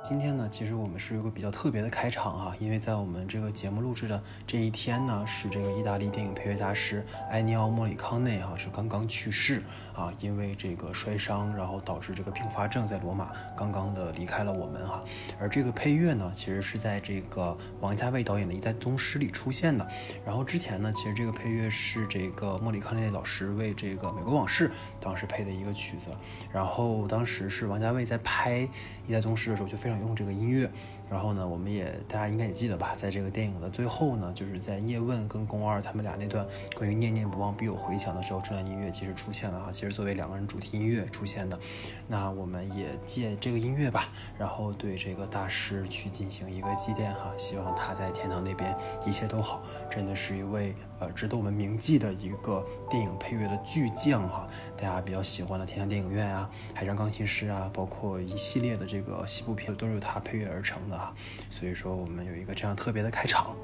今天呢，其实我们是有个比较特别的开场哈，因为在我们这个节目录制的这一天呢，是这个意大利电影配乐大师埃尼奥·莫里康内哈是刚刚去世啊，因为这个摔伤，然后导致这个并发症在罗马刚刚的离开了我们哈。而这个配乐呢，其实是在这个王家卫导演的《一代宗师》里出现的。然后之前呢，其实这个配乐是这个莫里康内老师为这个《美国往事》当时配的一个曲子。然后当时是王家卫在拍《一代宗师》的时候就非常用这个音乐，然后呢，我们大家应该也记得吧，在这个电影的最后呢，就是在叶问跟宫二他们俩那段关于念念不忘必有回响的时候，这段音乐其实出现了啊，其实作为两个人主题音乐出现的。那我们也借这个音乐吧，然后对这个大师去进行一个祭奠哈，希望他在天堂那边一切都好，真的是一位值得我们铭记的一个电影配乐的巨匠哈。大家比较喜欢的天堂电影院啊、海上钢琴师啊，包括一系列的这个西部片都是由他配乐而成的哈。所以说我们有一个这样特别的开场。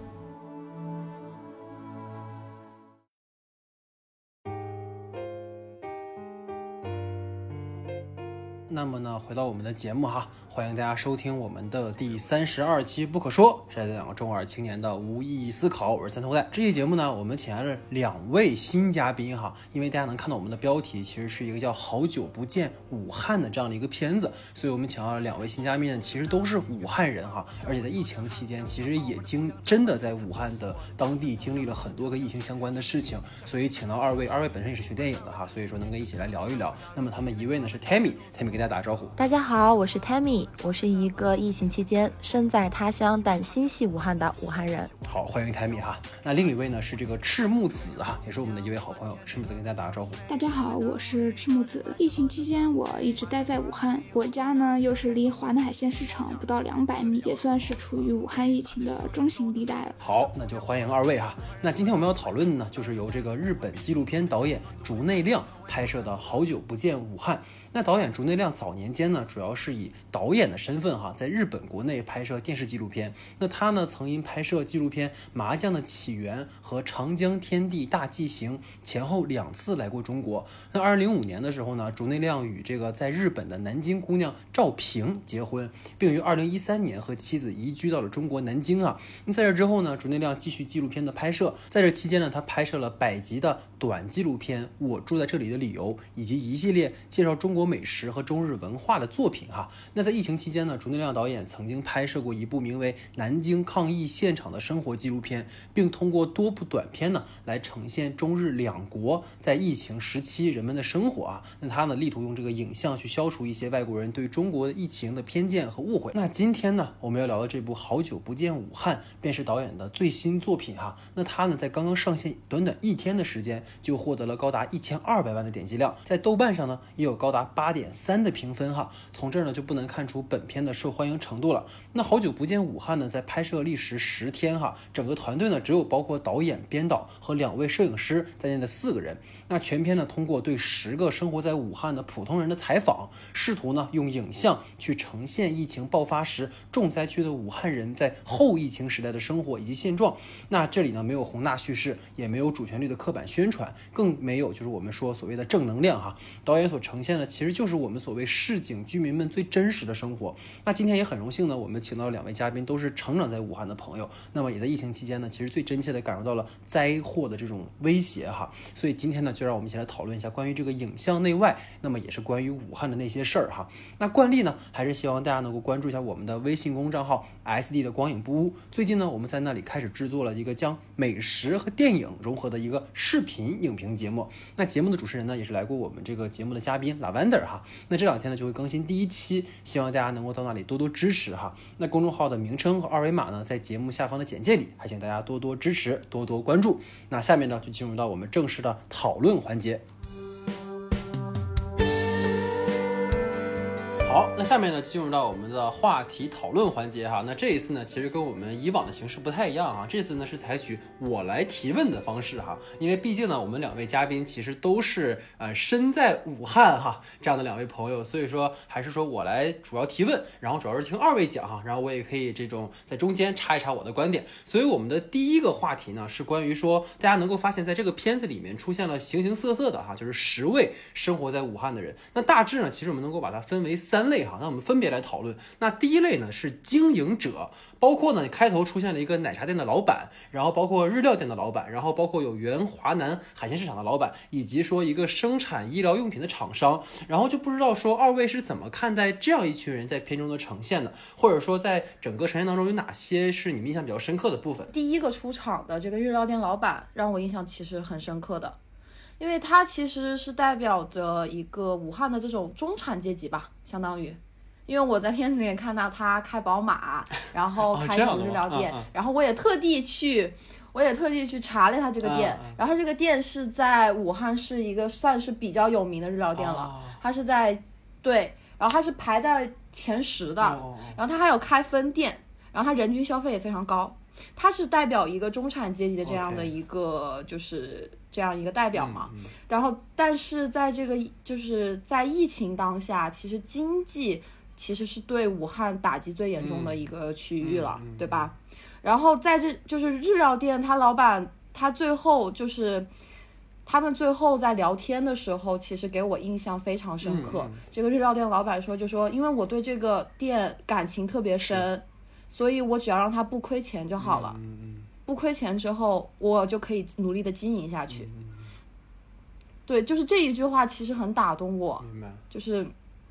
那么呢，回到我们的节目哈，欢迎大家收听我们的第32期不可说，是两个中二青年的无意义思考，我是三头带。这期节目呢，我们请来了2位新嘉宾哈，因为大家能看到我们的标题其实是一个叫好久不见武汉的这样的一个片子，所以我们请到了2位新嘉宾呢，其实都是武汉人哈，而且在疫情期间其实也真的在武汉的当地经历了很多个疫情相关的事情，所以请到2位本身也是学电影的哈，所以说能跟一起来聊一聊。那么他们一位呢是 Tammy 给大家打招呼。 大家好，我是 Tammy， 我是一个疫情期间身在他乡但心系武汉的武汉人。 好，欢迎 Tammy 哈。那另一位呢是这个赤木子哈，也是我们的一位好朋友。赤木子跟大家打个招呼。 大家好，我是赤木子。疫情期间我一直待在武汉，我家呢又是离华南海鲜市场不到200米，也算是处于武汉疫情的中心地带了。 好，那就欢迎2位哈。那今天我们要讨论呢，就是由这个日本纪录片导演竹内亮拍摄的《好久不见武汉》。那导演竹内亮早年间呢，主要是以导演的身份哈，在日本国内拍摄电视纪录片。那他呢，曾因拍摄纪录片《麻将的起源》和《长江天地大纪行》前后2次来过中国。那2005年的时候呢，竹内亮与这个在日本的南京姑娘赵平结婚，并于2013年和妻子移居到了中国南京啊。那在这之后呢，竹内亮继续纪录片的拍摄。在这期间呢，他拍摄了100集的短纪录片《我住在这里的理由》，以及一系列介绍中国美食和中日文化的作品哈。那在疫情期间呢，竹内亮导演曾经拍摄过一部名为《南京抗疫现场的生活》纪录片，并通过多部短片呢来呈现中日2国在疫情时期人们的生活啊。那他呢力图用这个影像去消除一些外国人对中国疫情的偏见和误会。那今天呢，我们要聊的这部《好久不见武汉》便是导演的最新作品哈。那他呢在刚刚上线短短1天的时间，就获得了高达1200万的点击量，在豆瓣上呢也有高达8.3的评分哈。从这儿呢就不难看出本片的受欢迎程度了。那好久不见武汉呢，在拍摄历时10天哈，整个团队呢只有包括导演、编导和2位摄影师在内的4个人。那全片呢通过对10个生活在武汉的普通人的采访，试图呢用影像去呈现疫情爆发时重灾区的武汉人在后疫情时代的生活以及现状。那这里呢没有宏大叙事，也没有主旋律的刻板宣传，更没有就是我们说所谓的正能量哈。导演所呈现的其实就是我们所谓市井居民们最真实的生活。那今天也很荣幸呢，我们请到2位嘉宾都是成长在武汉的朋友，那么也在疫情期间呢，其实最真切的感受到了灾祸的这种威胁哈。所以今天呢，就让我们一起来讨论一下关于这个影像内外，那么也是关于武汉的那些事儿哈。那惯例呢，还是希望大家能够关注一下我们的微信公众账号 SD 的光影不污。最近呢，我们在那里开始制作了一个将美食和电影融合的一个视频影评节目。那节目的主持人呢，也是来过我们这个节目的嘉宾 Lavender 哈。那这2天呢就会更新第1期，希望大家能够到那里多多支持哈。那公众号的名称和2维码呢，在节目下方的简介里，还请大家多多支持，多多关注。那下面呢，就进入到我们正式的讨论环节。好，那下面呢进入到我们的话题讨论环节哈。那这一次呢，其实跟我们以往的形式不太一样啊。这次呢是采取我来提问的方式哈，因为毕竟呢，我们2位嘉宾其实都是身在武汉哈这样的2位朋友，所以说还是说我来主要提问，然后主要是听2位讲哈，然后我也可以这种在中间插一插我的观点。所以我们的第1个话题呢是关于说，大家能够发现在这个片子里面出现了形形色色的哈，就是10位生活在武汉的人。那大致呢，其实我们能够把它分为3 3类哈，那我们分别来讨论。那第一类呢是经营者，包括呢开头出现了一个奶茶店的老板，然后包括日料店的老板，然后包括有原华南海鲜市场的老板，以及说一个生产医疗用品的厂商。然后就不知道说二位是怎么看待这样一群人在片中的呈现的，或者说在整个呈现当中有哪些是你们印象比较深刻的部分？ 第一个出场的这个日料店老板让我印象其实很深刻的，因为他其实是代表着一个武汉的这种中产阶级吧，相当于。因为我在片子里面看到他开宝马，然后开这种日料店，然后我也特地去查了他这个店，然后这个店是在武汉是一个算是比较有名的日料店了，它是在对，然后它是排在前10的，然后它还有开分店，然后它人均消费也非常高，它是代表一个中产阶级的这样的一个就是这样一个代表嘛。然后但是在这个就是在疫情当下，其实经济其实是对武汉打击最严重的一个区域了，对吧？然后在这就是日料店，他老板他最后就是他们最后在聊天的时候，其实给我印象非常深刻。这个日料店老板说，就说因为我对这个店感情特别深，所以我只要让他不亏钱就好了。不亏钱之后，我就可以努力的经营下去。对，就是这一句话其实很打动我。 明白。 就是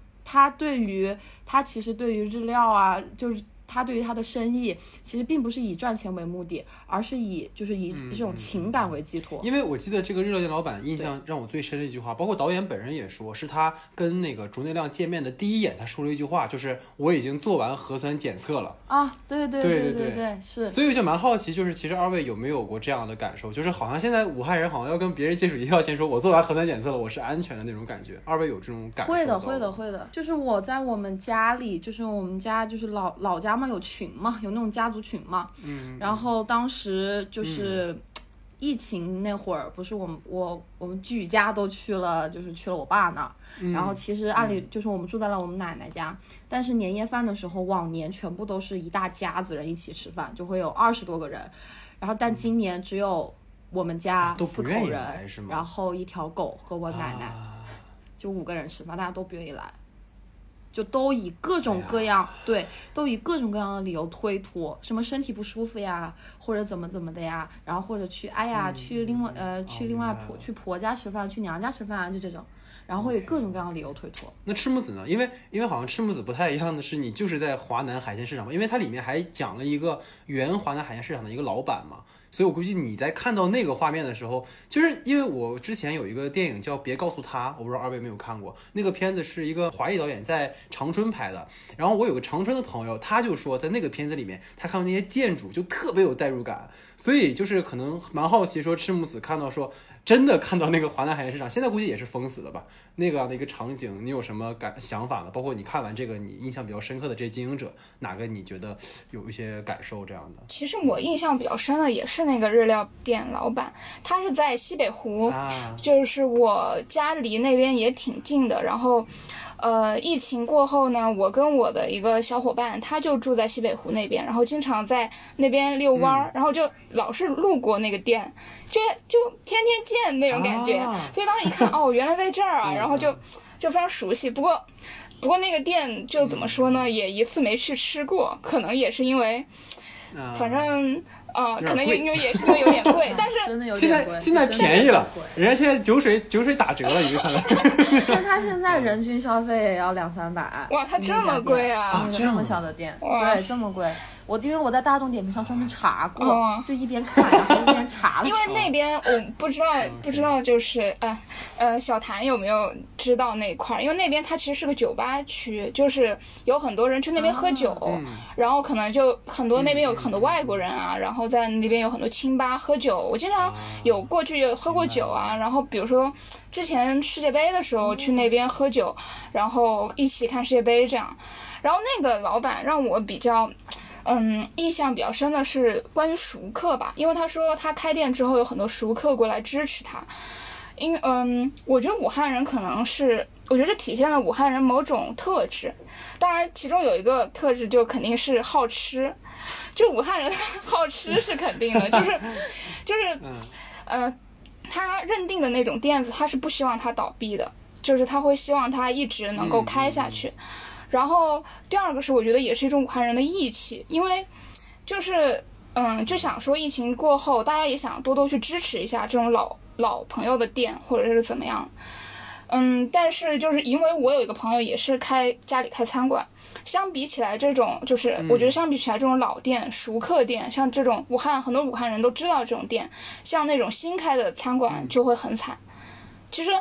他其实对于日料啊，就是他对于他的生意其实并不是以赚钱为目的，而是以这种情感为寄托。 因为我记得这个日料店老板印象让我最深的一句话，包括导演本人也说，是他跟那个竹内亮见面的第一眼，他说了一句话，就是我已经做完核酸检测了啊。对，是。 所以我就蛮好奇，就是其实二位有没有过这样的感受，就是好像现在武汉人好像要跟别人接触一定要先说我做完核酸检测了，我是安全的那种感觉。二位有这种感受？ 会的。就是我在我们家里，就是我们家就是老家嘛，有群嘛，有那种家族群嘛。然后当时就是疫情那会儿，不是我们举家都去了，就是去了我爸那儿。然后其实按理就是我们住在了我们奶奶家，但是年夜饭的时候，往年全部都是一大家子人一起吃饭，就会有20多个人。然后但今年只有我们家4口人，然后1条狗和我奶奶，就5个人吃饭，大家都不愿意来。就都以各种各样都以各种各样的理由推脱，什么身体不舒服呀，或者怎么的呀，然后或者去去另外去婆家吃饭，去娘家吃饭啊，就这种，然后会有各种各样的理由推脱。 那赤木子呢？因为好像赤木子不太一样的是，你就是在华南海鲜市场嘛，因为它里面还讲了一个原华南海鲜市场的一个老板嘛。所以我估计你在看到那个画面的时候，就是因为我之前有一个电影叫《别告诉他》，我不知道二位没有看过。那个片子是一个华裔导演在长春拍的，然后我有个长春的朋友，他就说在那个片子里面，他看到那些建筑就特别有代入感，所以就是可能蛮好奇说赤木子看到说真的看到那个华南海鲜市场，现在估计也是封死的吧？那个样的一个场景，你有什么想法呢？包括你看完这个，你印象比较深刻的这些经营者，哪个你觉得有一些感受这样的？ 其实我印象比较深的也是那个日料店老板，他是在西北湖，就是我家离那边也挺近的。然后疫情过后呢，我跟我的一个小伙伴，他就住在西北湖那边，然后经常在那边遛弯，然后就老是路过那个店，就天天见那种感觉。所以当时一看，哦，原来在这儿啊，然后就非常熟悉。不过那个店就怎么说呢，也一次没去吃过，可能也是因为，反正。可能因为也是因为有点贵，但是真的有点贵。 现在便宜了，人家现在酒水打折了，一个。 但他现在人均消费也要200-300。 哇，他这么贵啊！ 这么小的店，对，这么贵。因为我在大众点评上专门查过，就一边看然后一边查了。 因为那边我不知道，就是小谭有没有知道那块儿？因为那边它其实是个酒吧区，就是有很多人去那边喝酒，然后可能就很多那边有很多外国人啊，然后在那边有很多清吧喝酒。我经常有过去喝过酒啊，然后比如说之前世界杯的时候去那边喝酒，然后一起看世界杯这样。然后那个老板让我比较。印象比较深的是关于熟客吧，因为他说他开店之后有很多熟客过来支持他。我觉得武汉人可能是，我觉得这体现了武汉人某种特质。当然，其中有一个特质就肯定是好吃，就武汉人好吃是肯定的，他认定的那种店子，他是不希望他倒闭的，就是他会希望他一直能够开下去。 然后第二个是我觉得也是一种武汉人的义气，因为就是就想说疫情过后大家也想多多去支持一下这种老朋友的店或者是怎么样。但是就是因为我有一个朋友也是家里开餐馆，相比起来这种就是我觉得相比起来这种老店熟客店，像这种很多武汉人都知道这种店，像那种新开的餐馆就会很惨。其实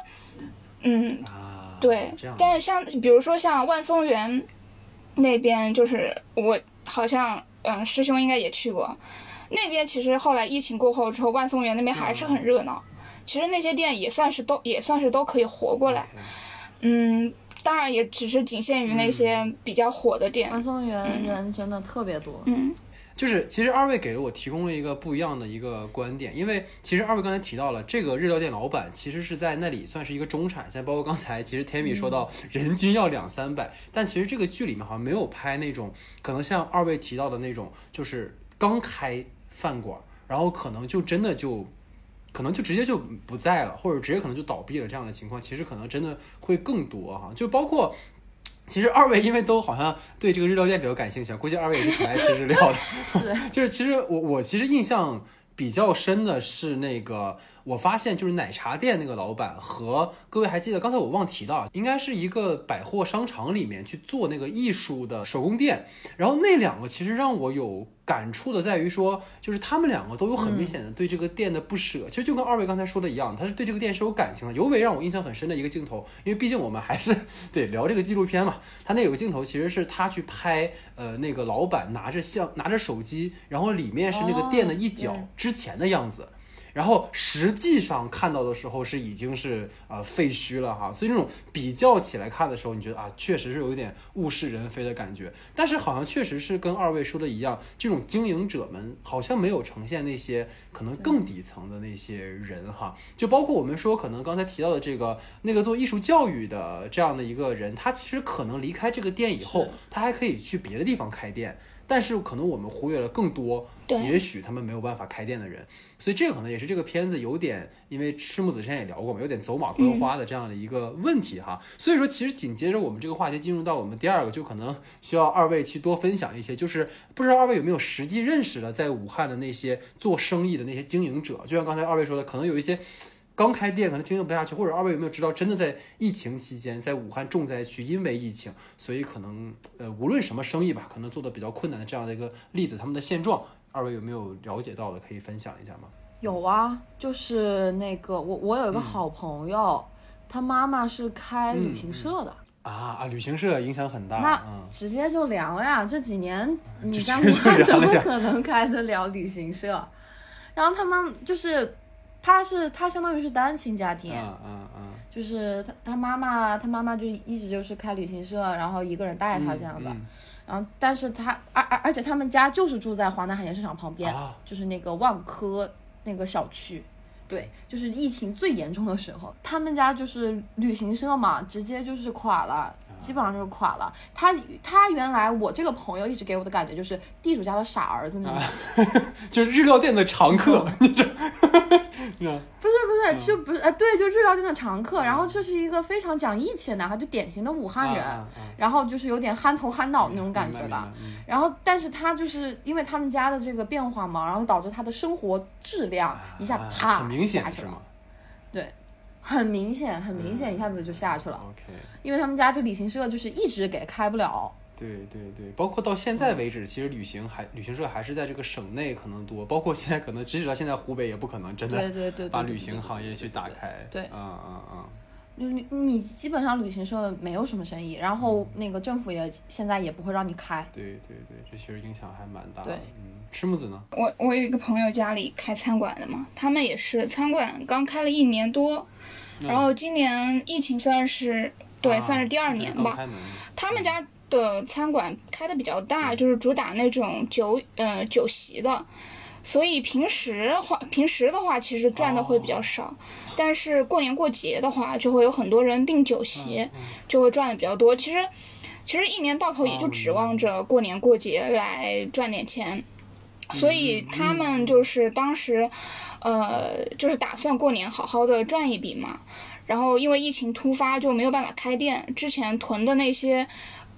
对，但是像比如说像万松园那边，就是我好像师兄应该也去过那边，其实后来疫情过后之后，万松园那边还是很热闹。其实那些店也算是都可以活过来。当然也只是仅限于那些比较火的店。 万松园人真的特别多。 就是其实二位给了我提供了一个不一样的一个观点，因为其实二位刚才提到了这个日料店老板其实是在那里算是一个中产，像包括刚才其实甜米说到人均要200-300，但其实这个剧里面好像没有拍那种可能像二位提到的那种就是刚开饭馆，然后可能就真的可能就直接就不在了，或者直接可能就倒闭了这样的情况，其实可能真的会更多哈。就包括其实二位因为都好像对这个日料店比较感兴趣，估计二位也是挺爱吃日料的。就是其实我其实印象比较深的是那个，我发现就是奶茶店那个老板和各位还记得刚才我忘提到，应该是一个百货商场里面去做那个艺术的手工店，然后那两个其实让我有感触的在于说，就是他们两个都有很明显的对这个店的不舍，其实就跟二位刚才说的一样，他是对这个店是有感情的。尤为让我印象很深的一个镜头，因为毕竟我们还是对聊这个纪录片嘛，他那有个镜头其实是他去拍那个老板拿着手机，然后里面是那个店的一角之前的样子。然后实际上看到的时候是已经是废墟了哈，所以这种比较起来看的时候，你觉得确实是有一点物是人非的感觉。但是好像确实是跟二位说的一样，这种经营者们好像没有呈现那些可能更底层的那些人哈，就包括我们说可能刚才提到的那个做艺术教育的这样的一个人，他其实可能离开这个店以后，他还可以去别的地方开店。但是可能我们忽略了更多也许他们没有办法开店的人，所以这个可能也是这个片子有点，因为赤木子之前也聊过嘛，有点走马观花的这样的一个问题哈。所以说其实紧接着我们这个话题进入到我们第二个，就可能需要二位去多分享一些，就是不知道二位有没有实际认识了在武汉的那些做生意的那些经营者，就像刚才二位说的，可能有一些刚开店可能经营不下去，或者二位有没有知道真的在疫情期间在武汉重灾区因为疫情，所以可能无论什么生意吧，可能做的比较困难的这样的一个例子，他们的现状，二位有没有了解到的可以分享一下吗？ 有啊，就是那个我有一个好朋友，他妈妈是开旅行社的。 旅行社影响很大， 那直接就凉了呀！这几年你在武汉怎么可能开得了旅行社？然后他妈就是他相当于是单亲家庭，就是他妈妈就一直就是开旅行社，然后一个人带他这样的。然后但是而且他们家就是住在华南海鲜市场旁边，就是那个万科那个小区。对，就是疫情最严重的时候，他们家就是旅行社嘛，直接就是垮了，基本上就是垮了。他原来我这个朋友一直给我的感觉就是地主家的傻儿子那种， 就是日料店的常客，你这。 不是，就不是对，就日料店的常客。然后这是一个非常讲义气的男孩，就典型的武汉人，然后就是有点憨头憨脑的那种感觉吧。然后，但是他就是因为他们家的这个变化嘛，然后导致他的生活质量一下啪很明显下去了。 是吗？ 对，很明显，一下子就下去了。因为他们家这旅行社就是一直给开不了。 对，包括到现在为止，其实旅行社还是在这个省内可能多，包括现在可能即使到现在湖北也不可能真的把旅行行业去打开。 对，你基本上旅行社没有什么生意，然后那个政府也现在也不会让你开。 对，这其实影响还蛮大的。对，赤木子呢？ 我有一个朋友家里开餐馆的嘛，他们也是餐馆刚开了1年多，然后今年疫情算是第2年吧，他们家的餐馆开的比较大，就是主打那种酒席的，所以平时的话其实赚的会比较少，但是过年过节的话就会有很多人订酒席，就会赚的比较多。其实一年到头也就指望着过年过节来赚点钱，所以他们就是当时就是打算过年好好的赚一笔嘛。然后因为疫情突发就没有办法开店，之前囤的那些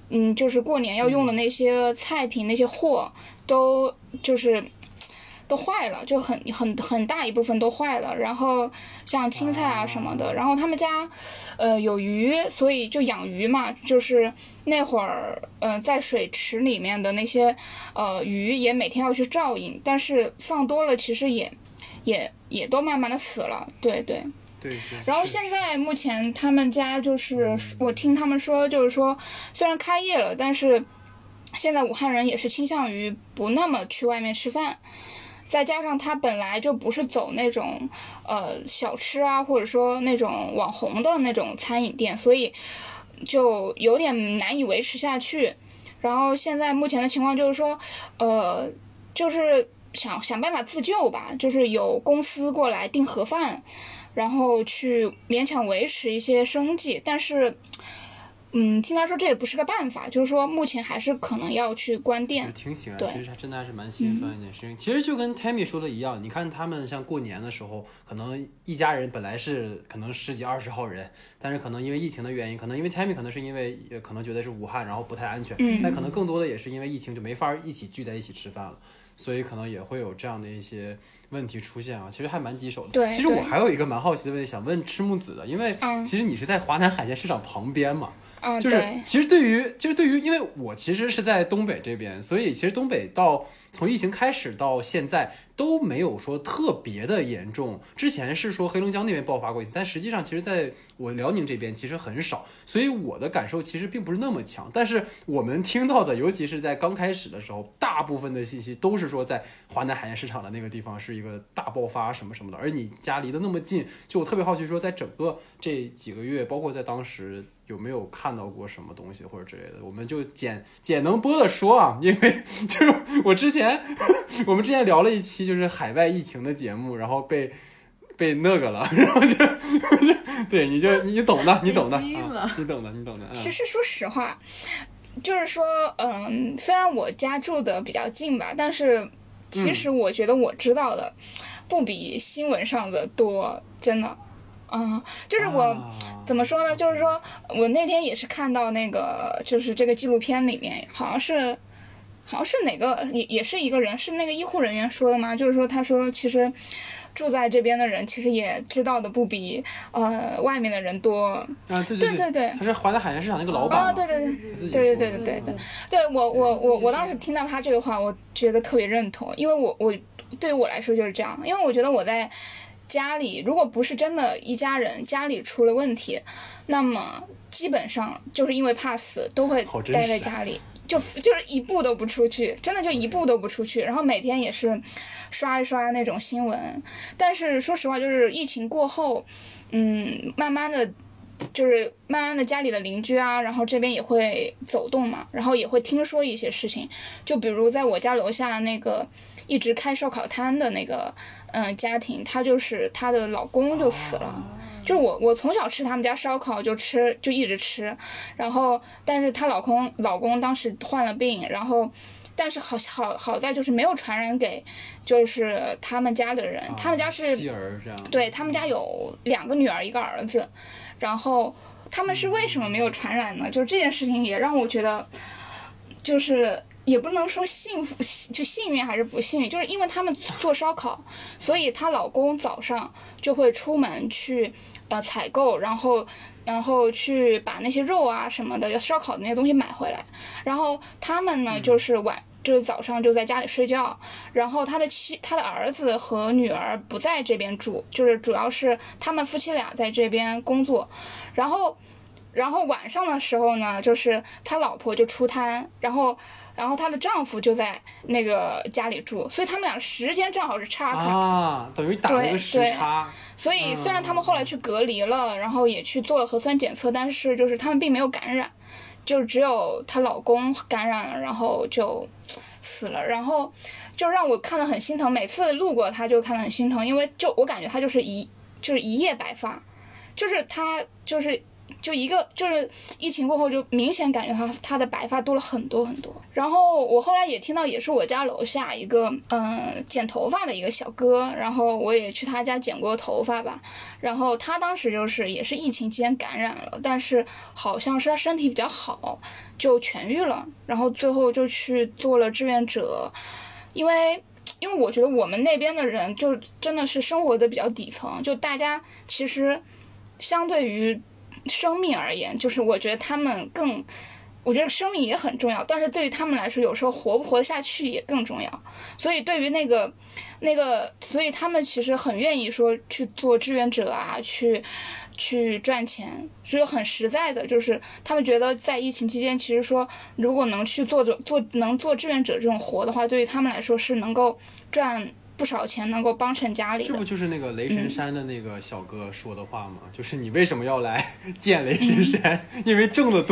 就是过年要用的那些菜品、那些货都坏了，就很大一部分都坏了。然后像青菜啊什么的，然后他们家有鱼，所以就养鱼嘛，就是那会儿在水池里面的那些鱼也每天要去照应，但是放多了其实也都慢慢的死了。对。然后现在目前他们家就是我听他们说，就是说虽然开业了，但是现在武汉人也是倾向于不那么去外面吃饭。再加上他本来就不是走那种小吃啊，或者说那种网红的那种餐饮店，所以就有点难以维持下去。然后现在目前的情况就是说就是想办法自救吧，就是有公司过来订盒饭，然后去勉强维持一些生计。但是听他说这也不是个办法，就是说目前还是可能要去关店。 挺醒然，其实真的还是蛮心酸的一件事情。其实就跟 Tammy 说的一样，你看他们像过年的时候，可能一家人本来是可能10几20号人，但是可能因为疫情的原因，可能因为 Tammy 可能是因为可能觉得是武汉，然后不太安全，但可能更多的也是因为疫情就没法一起聚在一起吃饭了，所以可能也会有这样的一些问题出现啊，其实还蛮棘手的。 对， 其实我还有一个蛮好奇的问题想问赤木子的，因为其实你是在华南海鲜市场旁边嘛。就是其实对于因为我其实是在东北这边，所以其实东北从疫情开始到现在都没有说特别的严重。之前是说黑龙江那边爆发过一次，但实际上其实在我辽宁这边其实很少，所以我的感受其实并不是那么强。但是我们听到的，尤其是在刚开始的时候，大部分的信息都是说在华南海鲜市场的那个地方是一个大爆发什么什么的，而你家离得那么近，就我特别好奇说在整个这几个月，包括在当时有没有看到过什么东西或者之类的，我们就简能播的说啊，因为就我们之前聊了一期就是海外疫情的节目，然后被那个了，然后就对你懂的，你懂的，你懂的。 其实说实话，就是说，虽然我家住的比较近吧，但是其实我觉得我知道的不比新闻上的多，真的。就是我怎么说呢？就是说我那天也是看到那个，就是这个纪录片里面，好像是哪个也是一个人，是那个医护人员说的吗？就是说他说其实住在这边的人其实也知道的不比外面的人多啊。对， 他是华南海鲜市场那个老板。 对，我当时听到他这个话，我觉得特别认同，因为我对于我来说就是这样，因为我觉得我在家里如果不是真的一家人家里出了问题，那么基本上就是因为怕死都会待在家里，就是一步都不出去，真的就一步都不出去，然后每天也是刷一刷那种新闻。但是说实话，就是疫情过后慢慢的家里的邻居啊，然后这边也会走动嘛，然后也会听说一些事情，就比如在我家楼下那个一直开烧烤摊的那个家庭，她的老公就死了。就是我从小吃他们家烧烤就一直吃，然后但是她老公当时患了病，然后但是好在就是没有传染给就是他们家的人，他们家是妻儿这样， 对，他们家有2个女儿1个儿子，然后他们是为什么没有传染呢？就是这件事情也让我觉得就是也不能说幸福就幸运还是不幸运，就是因为他们做烧烤，所以她老公早上就会出门去采购，然后去把那些肉啊什么的要烧烤的那些东西买回来，然后他们呢就是早上就在家里睡觉，然后他的儿子和女儿不在这边住，就是主要是他们夫妻俩在这边工作，然后晚上的时候呢，就是他老婆就出摊，然后她的丈夫就在那个家里住，所以他们俩时间正好是岔开啊，等于打了个时差。 所以虽然他们后来去隔离了，然后也去做了核酸检测，但是就是他们并没有感染，就只有她老公感染了，然后就死了，然后就让我看得很心疼，每次路过他就看得很心疼，因为我感觉他就是一夜白发，就是他就是就就是疫情过后就明显感觉他的白发多了很多很多。然后我后来也听到，也是我家楼下一个剪头发的一个小哥，然后我也去他家剪过头发吧。然后他当时也是疫情期间感染了，但是好像是他身体比较好，就痊愈了，然后最后就去做了志愿者。因为我觉得我们那边的人就真的是生活的比较底层，就大家其实相对于生命而言，就是我觉得我觉得生命也很重要，但是对于他们来说，有时候活不活得下去也更重要。所以对于所以他们其实很愿意说去做志愿者啊，去赚钱，所以很实在的，就是他们觉得在疫情期间，其实说如果能去做志愿者这种活的话，对于他们来说是能够赚不少钱，能够帮衬家里的。 这不就是那个雷神山的那个小哥说的话吗？就是你为什么要来建雷神山？因为挣得多。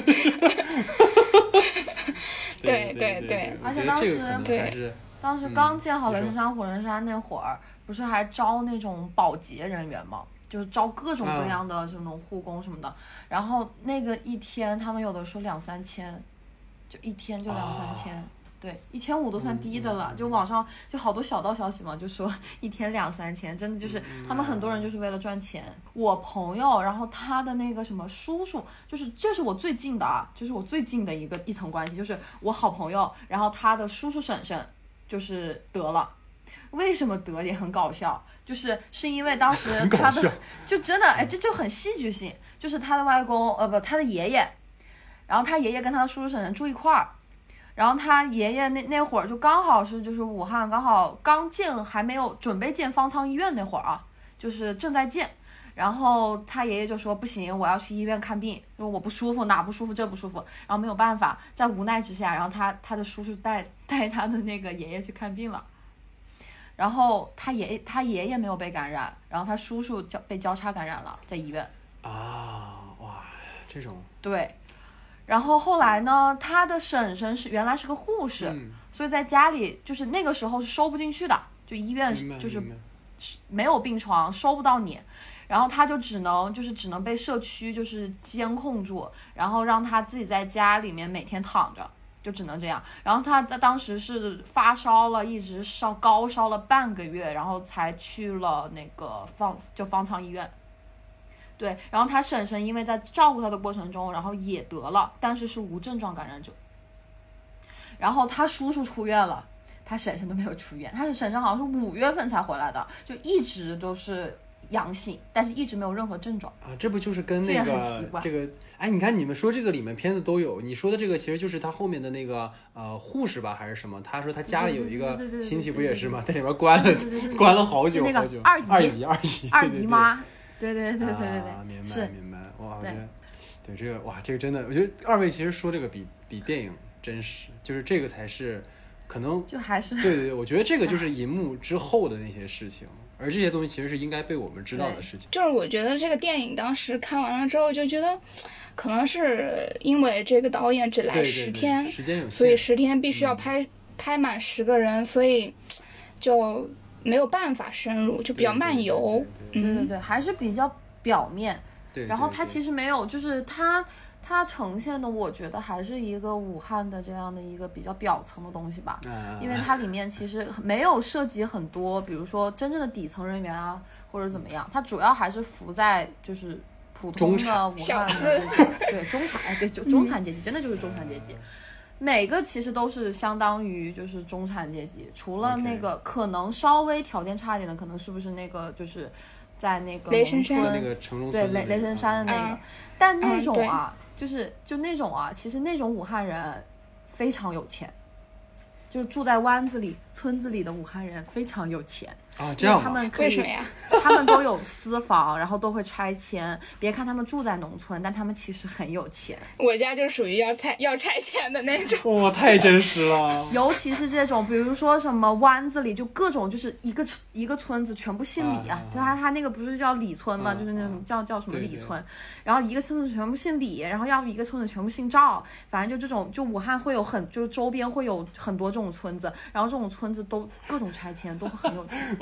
对， 而且当时刚建好雷神山、火神山那会儿，不是还招那种保洁人员吗？就是招各种各样的这种护工什么的，然后那个一天他们有的说2-3千，就一天就2-3千，对，1500都算低的了。就网上就好多小道消息嘛，就说一天2-3千，真的就是他们很多人就是为了赚钱。我朋友，然后他的那个什么叔叔，就是这是我最近的啊，就是我最近的一层关系，就是我好朋友，然后他的叔叔婶婶就是得了。为什么得也很搞笑，是因为当时他的就真的这就很戏剧性，就是他的外公他的爷爷，然后他爷爷跟他的叔叔婶婶住一块儿，然后他爷爷那会儿就刚好是就是武汉刚好刚建，还没有准备建方舱医院那会儿啊，就是正在建。然后他爷爷就说不行，我要去医院看病，说我不舒服，哪不舒服这不舒服，然后没有办法，在无奈之下，然后他的叔叔带他的那个爷爷去看病了。然后他爷爷没有被感染，然后他叔叔被交叉感染了，在医院。 哇，这种对。然后后来呢，他的婶婶原来是个护士，所以在家里就是那个时候是收不进去的，就医院就是没有病床，收不到你。然后他就只能被社区就是监控住，然后让他自己在家里面每天躺着。就只能这样，然后他当时是发烧了，一直高烧了半个月，然后才去了那个方舱医院。对，然后他婶婶因为在照顾他的过程中，然后也得了，但是无症状感染者。然后他叔叔出院了，他婶婶都没有出院，他婶婶好像是5月份才回来的，就一直都是阳性，但是一直没有任何症状啊。这不就是跟那个这个你看你们说这个里面片子都有，你说的这个其实就是他后面的那个护士吧还是什么？他说他家里有一个亲戚不也是吗？在里面关了好久好久。二姨妈，对， 明白。哇，我觉得对这个这个真的，我觉得二位其实说这个比电影真实，就是这个才是可能就还是对，我觉得这个就是银幕之后的那些事情。而这些东西其实是应该被我们知道的事情。 就是我觉得这个电影当时看完了之后就觉得，可能是因为这个导演只来10天， 时间有限， 所以10天必须要拍满10个人，所以就没有办法深入，就比较漫游。 对，还是比较表面。 对， 然后它其实没有，就是它呈现的，我觉得还是一个武汉的这样的一个比较表层的东西吧，因为它里面其实没有涉及很多，比如说真正的底层人员啊，或者怎么样，它主要还是浮在就是普通的武汉的对中产，对中产阶级，真的就是中产阶级，每个其实都是相当于就是中产阶级，除了那个可能稍微条件差一点的，可能是不是那个就是在那个雷神山那个城中村，对雷神山的那个，但那种啊。就那种啊，其实那种武汉人非常有钱，就住在湾子里、村子里的武汉人非常有钱啊，这样他们可以为什么呀？ 他们都有私房，然后都会拆迁。别看他们住在农村，但他们其实很有钱。 我家就属于要拆迁的那种。 哇，太真实了。 尤其是这种，比如说什么湾子里，就各种就是一个村子全部姓李啊，就他那个不是叫李村吗？就是那种叫什么李村， 对， 然后一个村子全部姓李，然后要不一个村子全部姓赵，反正就这种，就武汉会有就周边会有很多这种村子，然后这种村子都各种拆迁，都很有钱。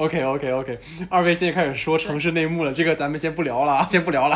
OK，二位现在开始说城市内幕了，这个咱们先不聊了，不聊，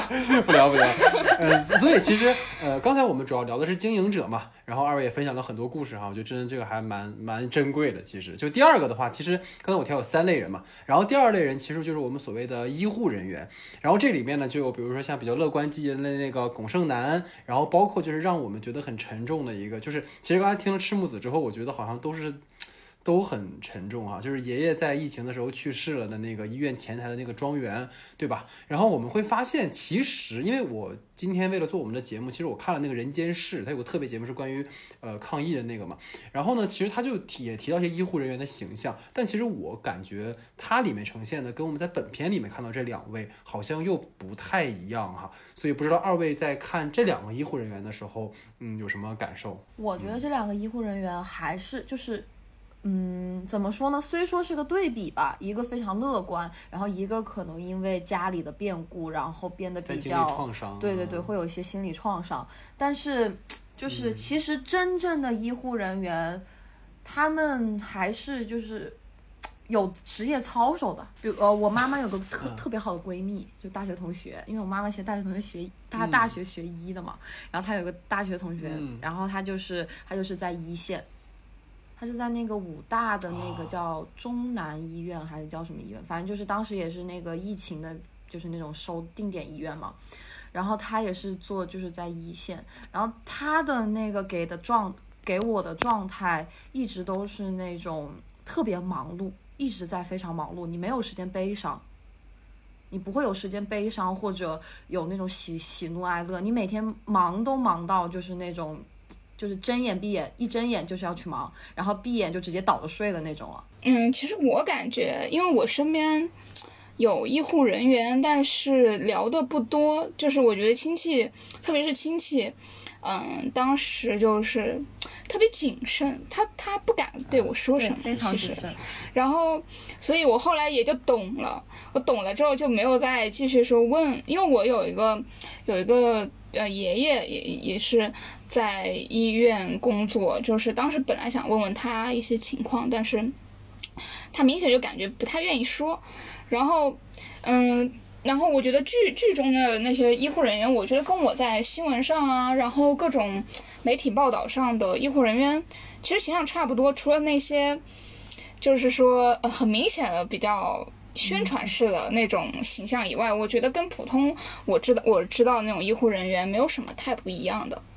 所以其实刚才我们主要聊的是经营者嘛，然后二位也分享了很多故事哈，我觉得真的这个还蛮珍贵的。其实就第二个的话，其实刚才我提到有3类人嘛，然后第2类人其实就是我们所谓的医护人员，然后这里面呢就有比如说像比较乐观积极的那个龚胜男，然后包括就是让我们觉得很沉重的一个，就是其实刚才听了赤木子之后，我觉得好像都很沉重啊，就是爷爷在疫情的时候去世了的那个医院前台的那个庄园，对吧？然后我们会发现，其实因为我今天为了做我们的节目，其实我看了那个人间世，它有个特别节目是关于抗疫的那个嘛。然后呢，其实他就也提到一些医护人员的形象，但其实我感觉它里面呈现的跟我们在本片里面看到这2位好像又不太一样哈。所以不知道2位在看这2个医护人员的时候，有什么感受？ 我觉得这2个医护人员还是就是怎么说呢？虽说是个对比吧，一个非常乐观，然后一个可能因为家里的变故，然后变得比较创伤， 对，会有一些心理创伤。但是就是其实真正的医护人员，他们还是就是有职业操守的。比如我妈妈有个特别好的闺蜜，就大学同学，因为我妈妈其实大学同学她大学学医的嘛，然后她有个大学同学，然后她就是在一线。他是在那个武大的那个叫中南医院还是叫什么医院，反正就是当时也是那个疫情的，就是那种收定点医院嘛。然后他也是做就是在一线，然后他的那个给我的状态一直都是那种特别忙碌，一直在非常忙碌，你没有时间悲伤，你不会有时间悲伤或者有那种喜怒哀乐，你每天忙都忙到就是那种。就是睁眼闭眼，一睁眼就是要去忙，然后闭眼就直接倒着睡的那种了。 其实我感觉，因为我身边有医护人员，但是聊的不多。就是我觉得亲戚，特别是亲戚，当时就是特别谨慎，他不敢对我说什么， 非常谨慎。 然后，所以我后来也就懂了。我懂了之后就没有再继续说问，因为我有一个爷爷也是在医院工作，就是当时本来想问问他一些情况，但是他明显就感觉不太愿意说。然后我觉得剧中的那些医护人员，我觉得跟我在新闻上啊，然后各种媒体报道上的医护人员其实形象差不多，除了那些就是说很明显的比较宣传式的那种形象以外，我觉得跟普通我知道那种医护人员没有什么太不一样的。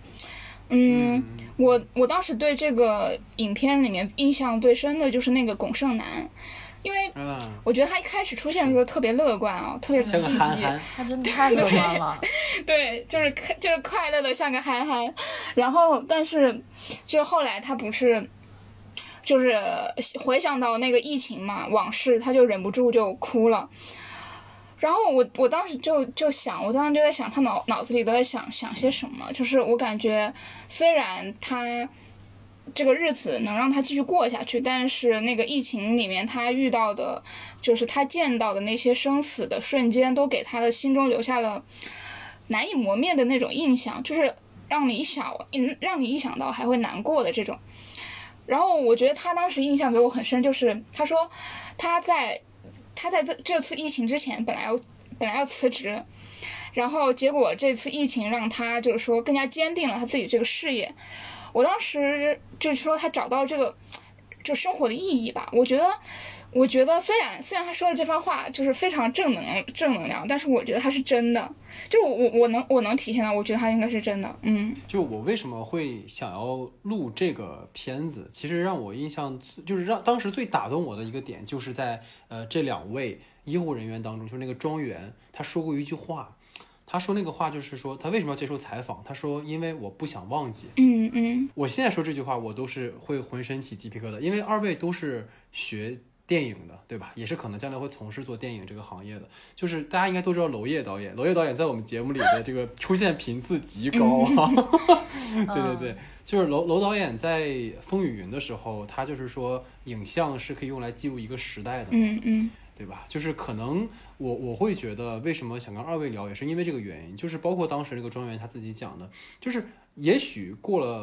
我当时对这个影片里面印象最深的就是那个龚胜男，因为我觉得他一开始出现的时候特别乐观啊，特别积极， 他真的太乐观了。 对，就是快乐的像个憨憨。然后，但是就后来他不是。就是回想到那个疫情嘛，往事，他就忍不住就哭了。然后我当时就想，我当时就在想，他脑子里都在想些什么。就是我感觉，虽然他这个日子能让他继续过下去，但是那个疫情里面他遇到的，就是他见到的那些生死的瞬间，都给他的心中留下了难以磨灭的那种印象，就是让你一想到还会难过的这种。然后我觉得他当时印象给我很深，就是他说他在这次疫情之前本来要辞职，然后结果这次疫情让他就是说更加坚定了他自己这个事业。我当时就是说他找到这个就生活的意义吧。我觉得虽然他说的这番话就是非常正能量，但是我觉得他是真的，就我能体现到，我觉得他应该是真的。 就我为什么会想要录这个片子，其实让我印象就是当时最打动我的一个点，就是在这2位医护人员当中，就是那个庄园，他说过一句话。他说那个话就是说他为什么要接受采访，他说因为我不想忘记。我现在说这句话我都是会浑身起鸡皮疙瘩，因为2位都是学电影的，对吧？也是可能将来会从事做电影这个行业的。就是大家应该都知道娄烨导演在我们节目里的这个出现频次极高啊。对，就是娄导演在《风雨云》的时候，他就是说影像是可以用来记录一个时代的。对吧？就是可能我会觉得为什么想跟2位聊，也是因为这个原因，就是包括当时这个庄园他自己讲的，就是也许过了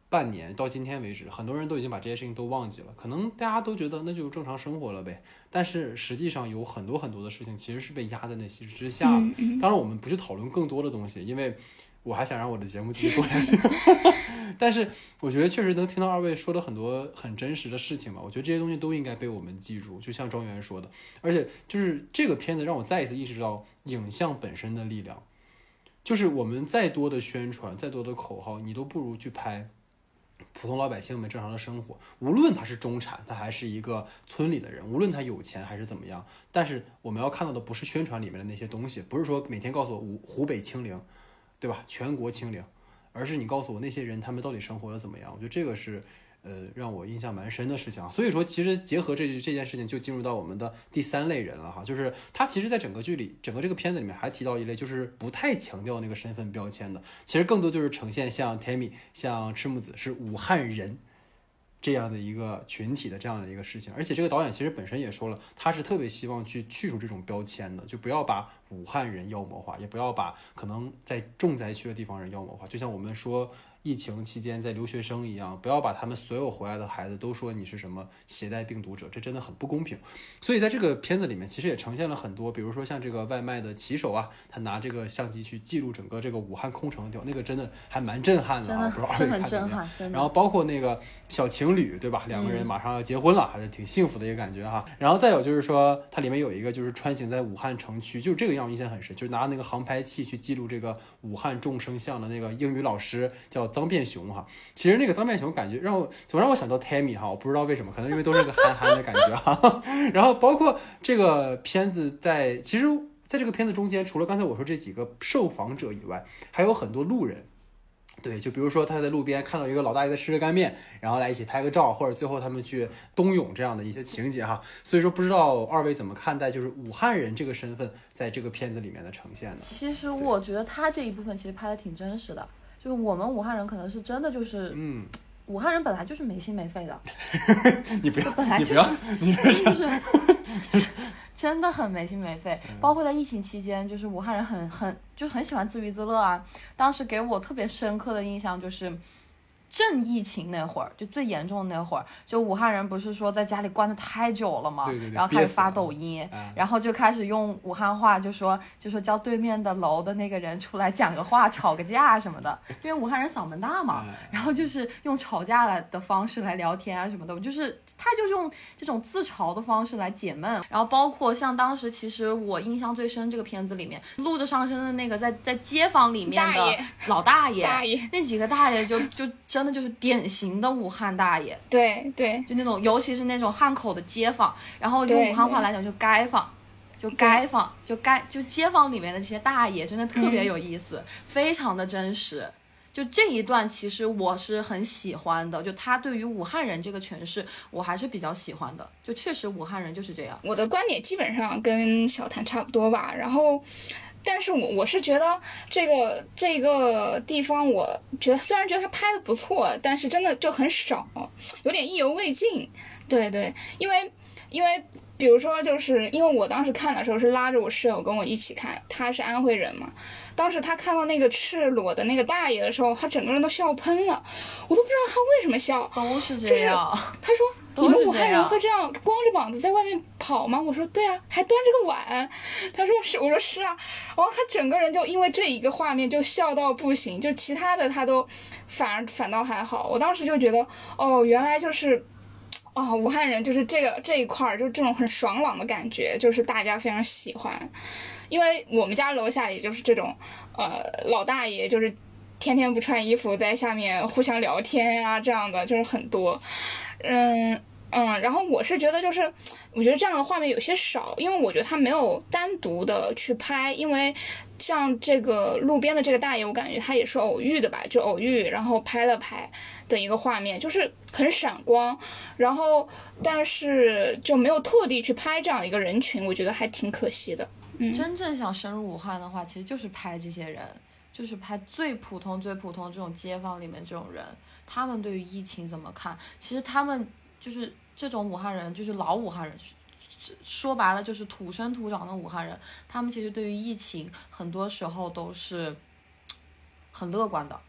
半年到今天为止，很多人都已经把这些事情都忘记了，可能大家都觉得那就正常生活了呗。但是实际上有很多很多的事情其实是被压在那些之下的。当然我们不去讨论更多的东西，因为我还想让我的节目继续做下去。但是我觉得确实能听到二位说的很多很真实的事情嘛，我觉得这些东西都应该被我们记住，就像庄园说的。而且就是这个片子让我再一次意识到影像本身的力量，就是我们再多的宣传再多的口号，你都不如去拍普通老百姓们正常的生活，无论他是中产，他还是一个村里的人，无论他有钱还是怎么样，但是我们要看到的不是宣传里面的那些东西，不是说每天告诉我湖北清零，对吧？全国清零，而是你告诉我那些人他们到底生活的怎么样。我觉得这个是让我印象蛮深的事情啊。所以说其实结合这件事情就进入到我们的第三类人了哈，就是他其实在整个剧里整个这个片子里面还提到一类就是不太强调那个身份标签的，其实更多就是呈现像 Tammy 像赤木子是武汉人这样的一个群体的这样的一个事情。而且这个导演其实本身也说了，他是特别希望去除这种标签的，就不要把武汉人妖魔化，也不要把可能在重灾区的地方人妖魔化，就像我们说疫情期间在留学生一样，不要把他们所有回来的孩子都说你是什么携带病毒者，这真的很不公平。所以在这个片子里面其实也呈现了很多，比如说像这个外卖的骑手啊，他拿这个相机去记录整个这个武汉空城那个真的还蛮震撼的啊，不知道是很震撼，真的。 然后包括那个小情侣，对吧？两个人马上要结婚了，还是挺幸福的一个感觉哈。然后再有就是说，它里面有一个就是穿行在武汉城区，就是这个让我印象很深，就是拿那个航拍器去记录这个武汉众生相的那个英语老师叫臧变雄哈。其实那个臧变雄感觉总让我想到 Tammy 哈，我不知道为什么，可能因为都是个憨憨的感觉哈。然后包括这个片子其实在这个片子中间，除了刚才我说这几个受访者以外，还有很多路人。对，就比如说他在路边看到一个老大爷在吃着干面，然后来一起拍个照，或者最后他们去冬泳这样的一些情节哈。所以说不知道二位怎么看待就是武汉人这个身份在这个片子里面的呈现呢？ 其实我觉得他这一部分其实拍的挺真实的，就是我们武汉人可能是真的就是武汉人本来就是没心没肺的。 你不要， 本来就是，真的很没心没肺。包括在疫情期间，就是武汉人很喜欢自娱自乐啊。当时给我特别深刻的印象就是正疫情那会儿，就最严重的那会儿，就武汉人不是说在家里关得太久了嘛， 对， 然后开始发抖音，然后就开始用武汉话，就说叫对面的楼的那个人出来讲个话，吵个架什么的，因为武汉人嗓门大嘛，然后就是用吵架的方式来聊天啊什么的，就是他就用这种自嘲的方式来解闷。然后包括像当时其实我印象最深这个片子里面露着上身的那个在街坊里面的老大爷那几个大爷就真的就是典型的武汉大爷， 对， 就那种尤其是那种汉口的街坊，然后用武汉话来讲就街坊，就街坊里面的这些大爷真的特别有意思，非常的真实。就这一段其实我是很喜欢的，就他对于武汉人这个诠释我还是比较喜欢的，就确实武汉人就是这样。 我的观点基本上跟小谭差不多吧，然后但是我是觉得这个地方，我觉得虽然觉得他拍的不错，但是真的就很少，有点意犹未尽。对，因为比如说就是因为我当时看的时候是拉着我室友跟我一起看，他是安徽人嘛，当时他看到那个赤裸的那个大爷的时候，他整个人都笑喷了，我都不知道他为什么笑。 都是这样， 他说你们武汉人会这样光着膀子在外面跑吗？我说对啊，还端着个碗。他说是，我说是啊。然后他整个人就因为这一个画面就笑到不行，就其他的他都反倒还好。我当时就觉得哦，原来就是武汉人就是这一块就这种很爽朗的感觉，就是大家非常喜欢。因为我们家楼下也就是这种老大爷，就是天天不穿衣服在下面互相聊天啊，这样的就是很多。然后我是觉得就是我觉得这样的画面有些少，因为我觉得他没有单独的去拍，因为像这个路边的这个大爷，我感觉他也是偶遇的吧，就偶遇然后拍了拍的一个画面，就是很闪光，然后但是就没有特地去拍这样一个人群，我觉得还挺可惜的。 真正想深入武汉的话，其实就是拍这些人，就是拍最普通这种街坊里面这种人，他们对于疫情怎么看？其实他们就是这种武汉人，就是老武汉人，说白了就是土生土长的武汉人，他们其实对于疫情很多时候都是很乐观的，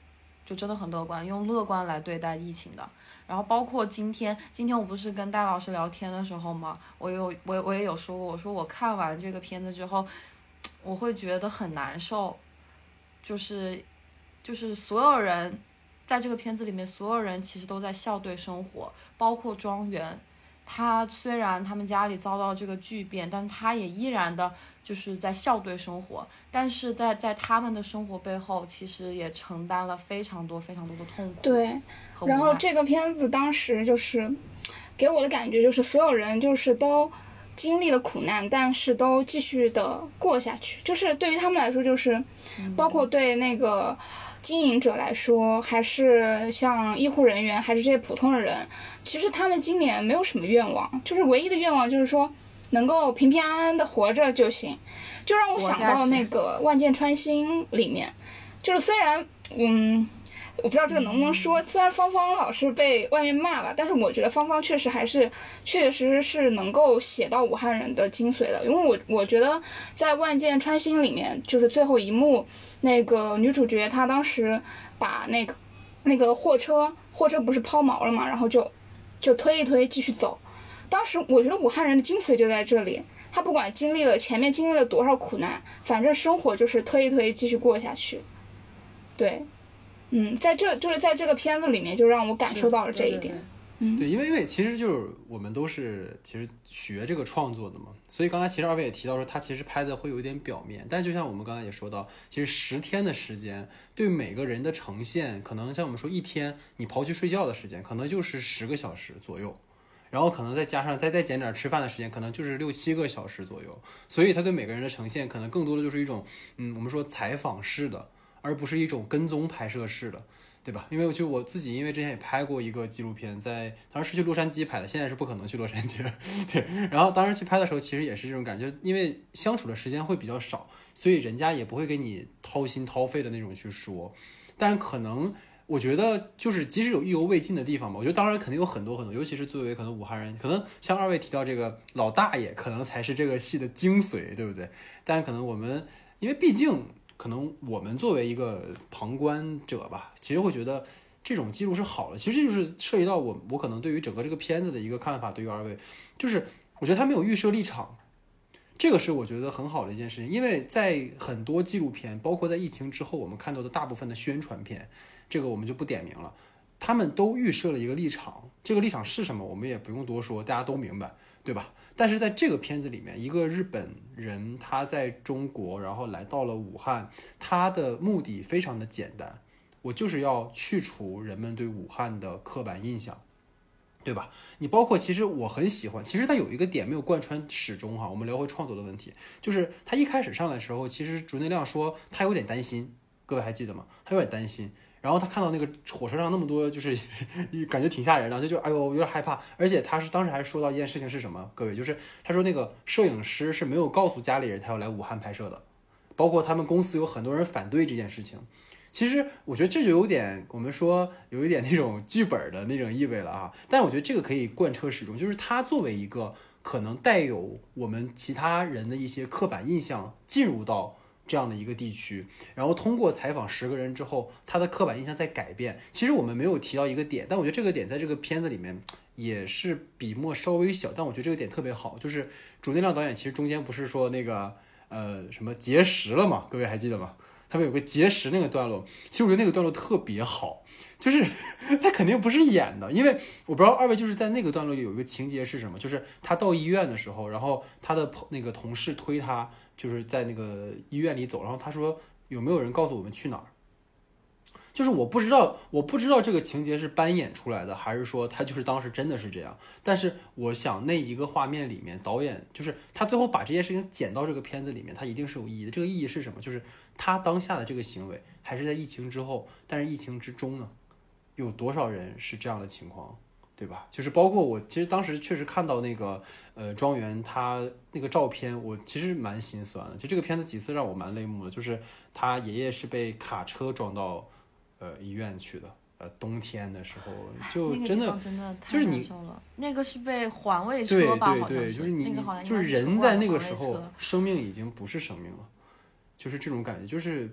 就真的很乐观，用乐观来对待疫情的。然后包括今天我不是跟戴老师聊天的时候嘛，我也有说过，我说我看完这个片子之后，我会觉得很难受，就是所有人在这个片子里面，所有人其实都在笑对生活，包括庄园。他虽然他们家里遭到这个巨变，但他也依然的就是在笑对生活，但是在他们的生活背后，其实也承担了非常多非常多的痛苦。 对，然后这个片子当时就是给我的感觉就是所有人就是都经历了苦难，但是都继续的过下去，就是对于他们来说，就是包括对那个经营者来说，还是像医护人员，还是这些普通的人，其实他们今年没有什么愿望，就是唯一的愿望就是说能够平平安安的活着就行。就让我想到那个《万箭穿心》里面，就是虽然我不知道这个能不能说，虽然芳芳老是被外面骂了，但是我觉得芳芳确实是能够写到武汉人的精髓的。因为我觉得在《万箭穿心》里面，就是最后一幕，那个女主角她当时把那个货车不是抛锚了嘛，然后就推一推继续走。当时我觉得武汉人的精髓就在这里，他不管前面经历了多少苦难，反正生活就是推一推继续过下去。对。在这个片子里面，就让我感受到了这一点。 对，因为其实就是我们都是其实学这个创作的嘛，所以刚才其实二位也提到说，他其实拍的会有一点表面，但就像我们刚才也说到，其实10天的时间对每个人的呈现，可能像我们说一天你刨去睡觉的时间，可能就是10个小时左右。然后可能再加上再减点吃饭的时间，可能就是6、7个小时左右。所以他对每个人的呈现，可能更多的就是一种我们说采访式的，而不是一种跟踪拍摄式的，对吧？因为就我自己，因为之前也拍过一个纪录片，当时是去洛杉矶拍的，现在是不可能去洛杉矶了。对，然后当时去拍的时候，其实也是这种感觉，因为相处的时间会比较少，所以人家也不会给你掏心掏肺的那种去说，但是可能。我觉得就是即使有意犹未尽的地方吧，我觉得当然肯定有很多很多，尤其是作为可能武汉人，可能像二位提到这个老大爷，可能才是这个戏的精髓，对不对？但是可能我们因为毕竟可能我们作为一个旁观者吧，其实会觉得这种记录是好的。其实这就是涉及到我可能对于整个这个片子的一个看法，对于二位就是我觉得他没有预设立场。这个是我觉得很好的一件事情，因为在很多纪录片，包括在疫情之后我们看到的大部分的宣传片，这个我们就不点名了，他们都预设了一个立场，这个立场是什么我们也不用多说，大家都明白，对吧？但是在这个片子里面，一个日本人他在中国，然后来到了武汉，他的目的非常的简单，我就是要去除人们对武汉的刻板印象，对吧？你包括其实我很喜欢，其实他有一个点没有贯穿始终哈。我们聊回创作的问题，就是他一开始上来的时候，其实竹内亮说他有点担心，各位还记得吗？他有点担心，然后他看到那个火车上那么多，就是感觉挺吓人的，就哎呦有点害怕。而且他当时还说到一件事情是什么？各位就是他说那个摄影师是没有告诉家里人他要来武汉拍摄的，包括他们公司有很多人反对这件事情。其实我觉得这就有点我们说有一点那种剧本的那种意味了啊，但是我觉得这个可以贯彻始终，就是他作为一个可能带有我们其他人的一些刻板印象进入到这样的一个地区，然后通过采访10个人之后，他的刻板印象在改变。其实我们没有提到一个点，但我觉得这个点在这个片子里面也是笔墨稍微小，但我觉得这个点特别好，就是竹内亮导演其实中间不是说那个什么节食了嘛，各位还记得吗？他们有个节食那个段落，其实我觉得那个段落特别好，就是他肯定不是演的，因为我不知道二位就是在那个段落里有一个情节是什么，就是他到医院的时候，然后他的那个同事推他，就是在那个医院里走，然后他说有没有人告诉我们去哪儿？就是我不知道这个情节是扮演出来的，还是说他就是当时真的是这样。但是我想那一个画面里面，导演就是他最后把这件事情剪到这个片子里面，他一定是有意义的。这个意义是什么？就是他当下的这个行为还是在疫情之后，但是疫情之中呢，有多少人是这样的情况，对吧？就是包括我其实当时确实看到那个庄园他那个照片，我其实蛮心酸的。其实这个片子几次让我蛮泪目的，就是他爷爷是被卡车撞到医院去的，冬天的时候就真的就是你那个是被环卫车吧？ 对，就是你、 那个好像就是人在那个时候生命已经不是生命了，就是这种感觉，就是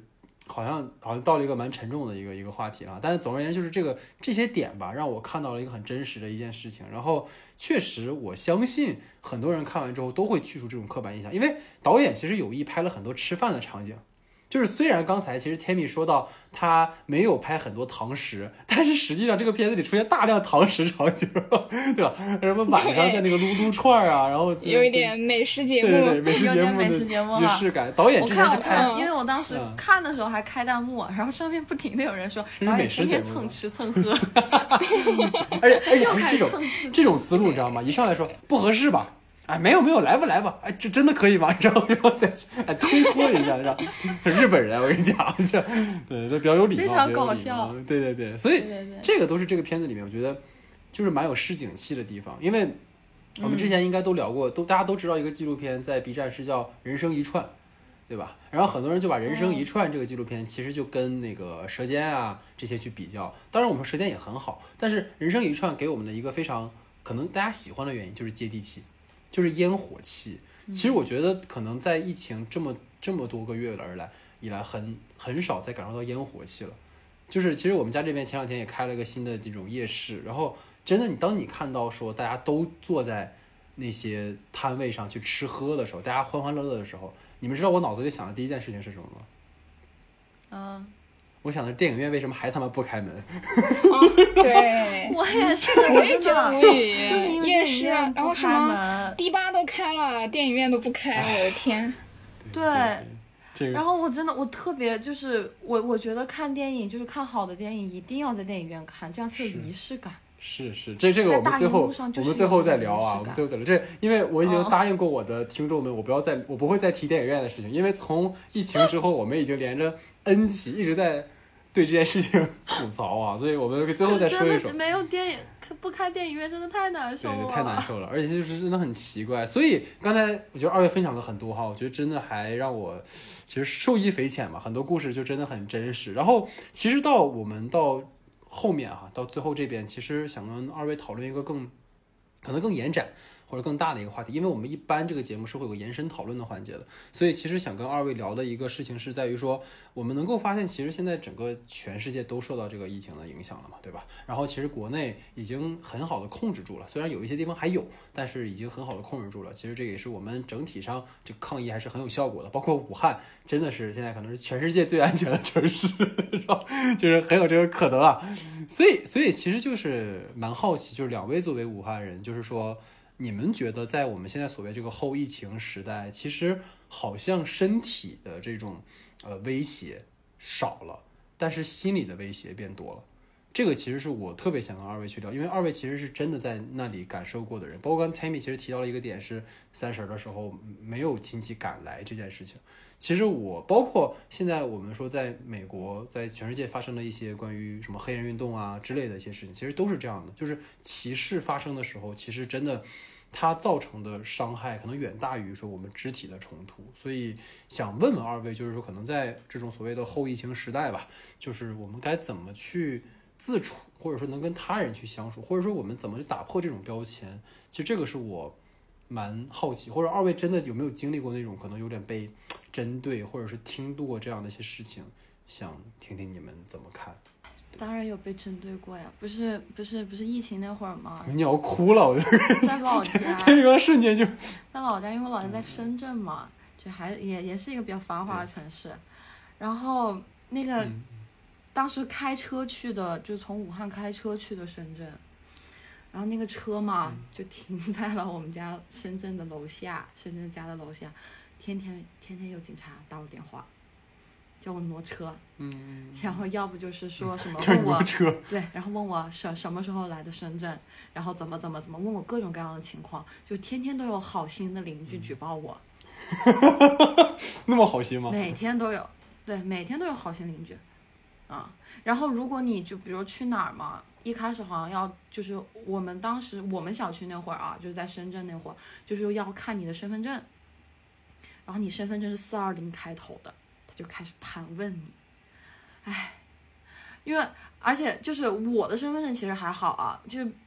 好像到了一个蛮沉重的一个话题了，但是总而言之就是这些点吧，让我看到了一个很真实的一件事情。然后确实我相信很多人看完之后都会去除这种刻板印象，因为导演其实有意拍了很多吃饭的场景。就是虽然刚才其实 Tammy 说到他没有拍很多堂食，但是实际上这个片子里出现大量堂食场景，对吧？什么晚上在那个撸串啊，然后有一点美食节目， 对美食节目的即视感。导演之前是拍， 因为我当时看的时候还开弹幕，然后上面不停的有人说导演天天蹭吃蹭喝， 而且这种思路你知道吗？一上来说不合适吧？哎，没有，来吧，哎，这真的可以吗？然后再推脱一下，让日本人，我跟你讲，对，这比较有礼貌， 非常搞笑， 对，所以这个都是这个片子里面我觉得就是蛮有市井气的地方，因为我们之前应该都聊过，大家都知道一个纪录片在 B 站是叫《人生一串》，对吧？然后很多人就把《人生一串》这个纪录片其实就跟那个《舌尖》啊这些去比较，当然我们《舌尖》也很好，但是《人生一串》给我们的一个非常可能大家喜欢的原因就是接地气。就是烟火气，其实我觉得可能在疫情这么多个月以来很少再感受到烟火气了。就是其实我们家这边前2天也开了一个新的这种夜市，然后真的当你看到说大家都坐在那些摊位上去吃喝的时候，大家欢欢乐乐的时候，你们知道我脑子里想的第一件事情是什么吗？我想的电影院为什么还他妈不开门？ 对， 我也是， 我也觉得无语， 就是因为夜市，然后什么迪吧都开了，电影院都不开，我的天！ 对，然后我特别就是我觉得看电影就是看好的电影一定要在电影院看，这样才有仪式感。 是，这个我们最后再聊啊，我们最后再聊。这因为我已经答应过我的听众们，我不会再提电影院的事情，因为从疫情之后，我们已经连着 N 期一直在对这件事情吐槽啊，所以我们最后再说一说。 没有电影不开电影院真的太难受了， 对，太难受了，而且就是真的很奇怪。所以刚才我觉得2位分享了很多哈，我觉得真的还让我其实受益匪浅嘛，很多故事就真的很真实。然后其实我们到后面到最后这边，其实想跟2位讨论一个可能更延展或者更大的一个话题，因为我们一般这个节目是会有个延伸讨论的环节的，所以其实想跟2位聊的一个事情是在于说，我们能够发现其实现在整个全世界都受到这个疫情的影响了嘛，对吧？然后其实国内已经很好的控制住了，虽然有一些地方还有，但是已经很好的控制住了。其实这也是我们整体上这个抗疫还是很有效果的，包括武汉真的是现在可能是全世界最安全的城市，就是很有这个可能啊。所以其实就是蛮好奇，就是2位作为武汉人，就是说你们觉得在我们现在所谓这个后疫情时代，其实好像身体的这种威胁少了，但是心理的威胁变多了。这个其实是我特别想跟2位去聊，因为2位其实是真的在那里感受过的人。包括刚才 Tammy 其实提到了一个点，是30的时候没有亲戚赶来这件事情。其实我包括现在我们说在美国，在全世界发生的一些关于什么黑人运动啊之类的一些事情，其实都是这样的，就是歧视发生的时候，其实真的它造成的伤害可能远大于说我们肢体的冲突。所以想问问2位，就是说可能在这种所谓的后疫情时代吧，就是我们该怎么去自处，或者说能跟他人去相处，或者说我们怎么去打破这种标签。其实这个是我蛮好奇，或者2位真的有没有经历过那种可能有点被针对，或者是听到过这样的一些事情，想听听你们怎么看。 当然有被针对过呀，不是疫情那会儿吗？ 你要哭了，我就在老家， 那个瞬间就在老家，因为我老家在深圳嘛，就也是一个比较繁华的城市。然后那个当时开车去的，就从武汉开车去的深圳，然后那个车嘛就停在了我们家深圳的楼下，深圳家的楼下，天天有警察打我电话，叫我挪车，然后要不就是说什么问我对，然后问我什么时候来的深圳，然后怎么问我各种各样的情况，就天天都有好心的邻居举报我。 那么好心吗？ 每天都有，对，每天都有好心邻居啊。然后如果你就比如去哪儿嘛，一开始好像就是我们当时我们小区那会儿啊，就是在深圳那会儿，就是要看你的身份证，然后你身份证是420开头的，他就开始盘问你。因为而且就是我的身份证其实还好啊，就是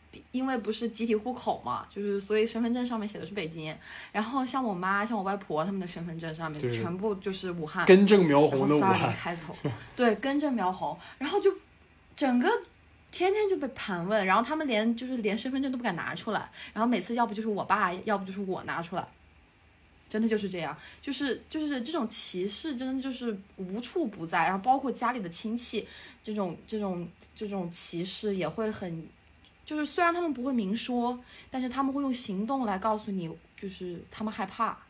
因为不是集体户口嘛，就是所以身份证上面写的是北京，然后像我妈、像我外婆他们的身份证上面就全部就是武汉， 根正苗红的武汉然后42开头，对，根正苗红，然后就整个天天就被盘问，然后他们连身份证都不敢拿出来，然后每次要不就是我爸，要不就是我拿出来。真的就是这样，就是这种歧视，真的就是无处不在。然后包括家里的亲戚，这种歧视也会很，就是虽然他们不会明说，但是他们会用行动来告诉你，就是他们害怕。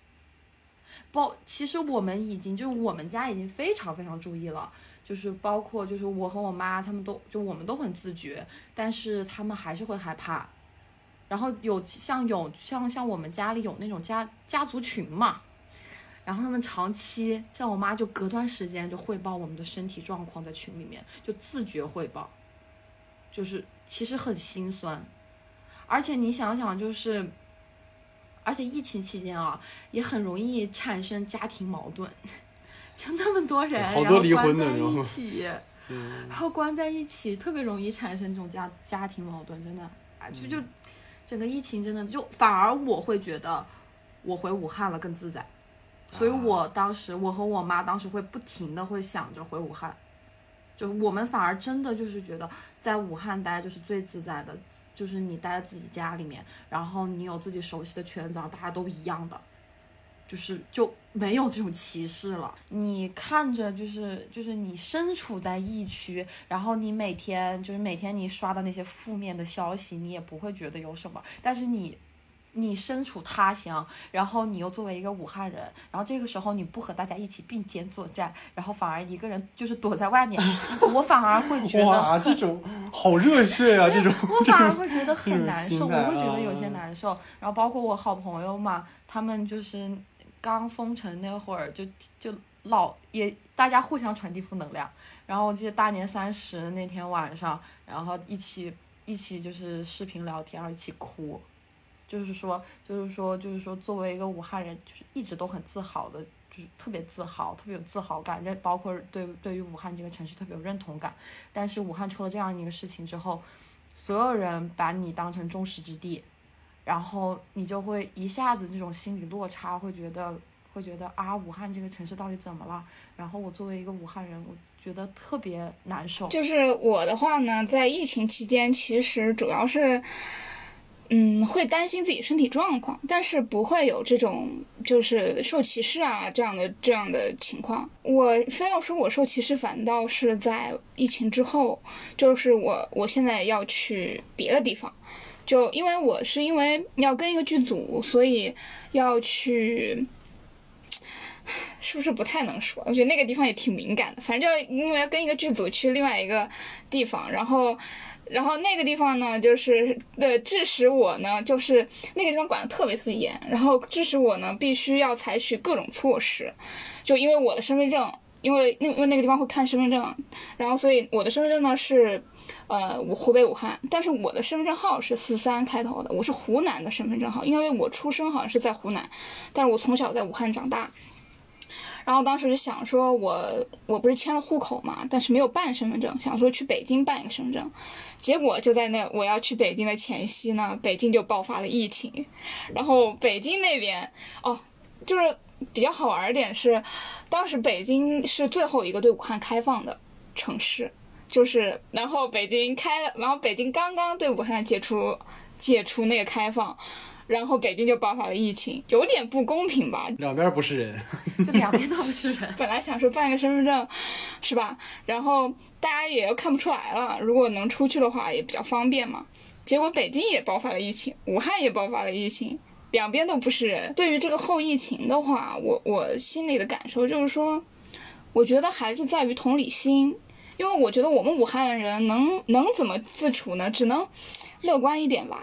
其实我们家已经非常非常注意了，就是包括就是我和我妈，我们都很自觉，但是他们还是会害怕。然后像我们家里有那种家族群嘛，然后他们长期像我妈就隔段时间就汇报我们的身体状况在群里面，就自觉汇报，就是其实很心酸。而且你想想，而且疫情期间啊，也很容易产生家庭矛盾，就那么多人， 好多离婚的， 然后关在一起，然后关在一起，特别容易产生这种家庭矛盾，真的啊，就整个疫情真的就反而我会觉得我回武汉了更自在，所以我和我妈当时会不停的会想着回武汉，就我们反而真的就是觉得在武汉待就是最自在的，就是你待在自己家里面，然后你有自己熟悉的圈子，大家都一样的，就没有这种歧视了。你看着就是你身处在疫区，然后你每天你刷到那些负面的消息，你也不会觉得有什么。但是你身处他乡，然后你又作为一个武汉人，然后这个时候你不和大家一起并肩作战，然后反而一个人就是躲在外面，我反而会觉得哇，这种好热血啊！这种我反而会觉得很难受，我会觉得有些啊难受。然后包括我好朋友嘛，他们就是刚封城那会儿就大家互相传递负能量。然后我记得大年30那天晚上，然后一起就是视频聊天，然后一起哭。就是说，作为一个武汉人，就是一直都很自豪的，就是特别自豪，特别有自豪感，包括对于武汉这个城市特别有认同感。但是武汉出了这样一个事情之后，所有人把你当成众矢之的，然后你就会一下子这种心理落差，会觉得啊，武汉这个城市到底怎么了？然后我作为一个武汉人，我觉得特别难受。 就是我的话呢，在疫情期间，其实主要是会担心自己身体状况，但是不会有这种就是受歧视啊这样的情况。我非要说我受歧视，反倒是在疫情之后，就是我现在要去别的地方，就因为要跟一个剧组，所以要去。是不是不太能说？我觉得那个地方也挺敏感的。反正就因为要跟一个剧组去另外一个地方，然后那个地方呢，就是致使我呢，就是那个地方管得特别特别严，然后致使我呢必须要采取各种措施，就因为我的身份证，因为那个地方会看身份证，然后所以我的身份证呢是我湖北武汉，但是我的身份证号是43开头的，我是湖南的身份证号，因为我出生好像是在湖南，但是我从小在武汉长大。然后当时就想说我不是迁了户口嘛，但是没有办身份证，想说去北京办一个身份证，结果就在我要去北京的前夕呢，北京就爆发了疫情。然后北京那边就是比较好玩一点是，当时北京是最后一个对武汉开放的城市，就是然后北京开了，然后北京刚刚对武汉解除那个开放，然后北京就爆发了疫情，有点不公平吧？ 两边不是人， 就两边都不是人。 本来想说办个身份证，是吧？然后大家也又看不出来了，如果能出去的话也比较方便嘛。结果北京也爆发了疫情，武汉也爆发了疫情，两边都不是人。对于这个后疫情的话，我心里的感受就是说，我觉得还是在于同理心，因为我觉得我们武汉人能怎么自处呢？只能乐观一点吧，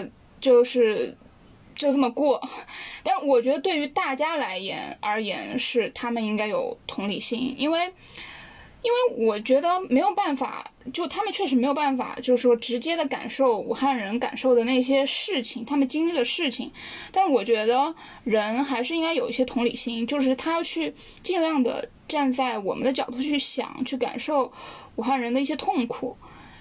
就这么过。但是我觉得对于大家而言是他们应该有同理心，因为我觉得没有办法，就他们确实没有办法就是说直接的感受武汉人感受的那些事情，他们经历的事情。但是我觉得人还是应该有一些同理心，就是他要去尽量的站在我们的角度去想，去感受武汉人的一些痛苦。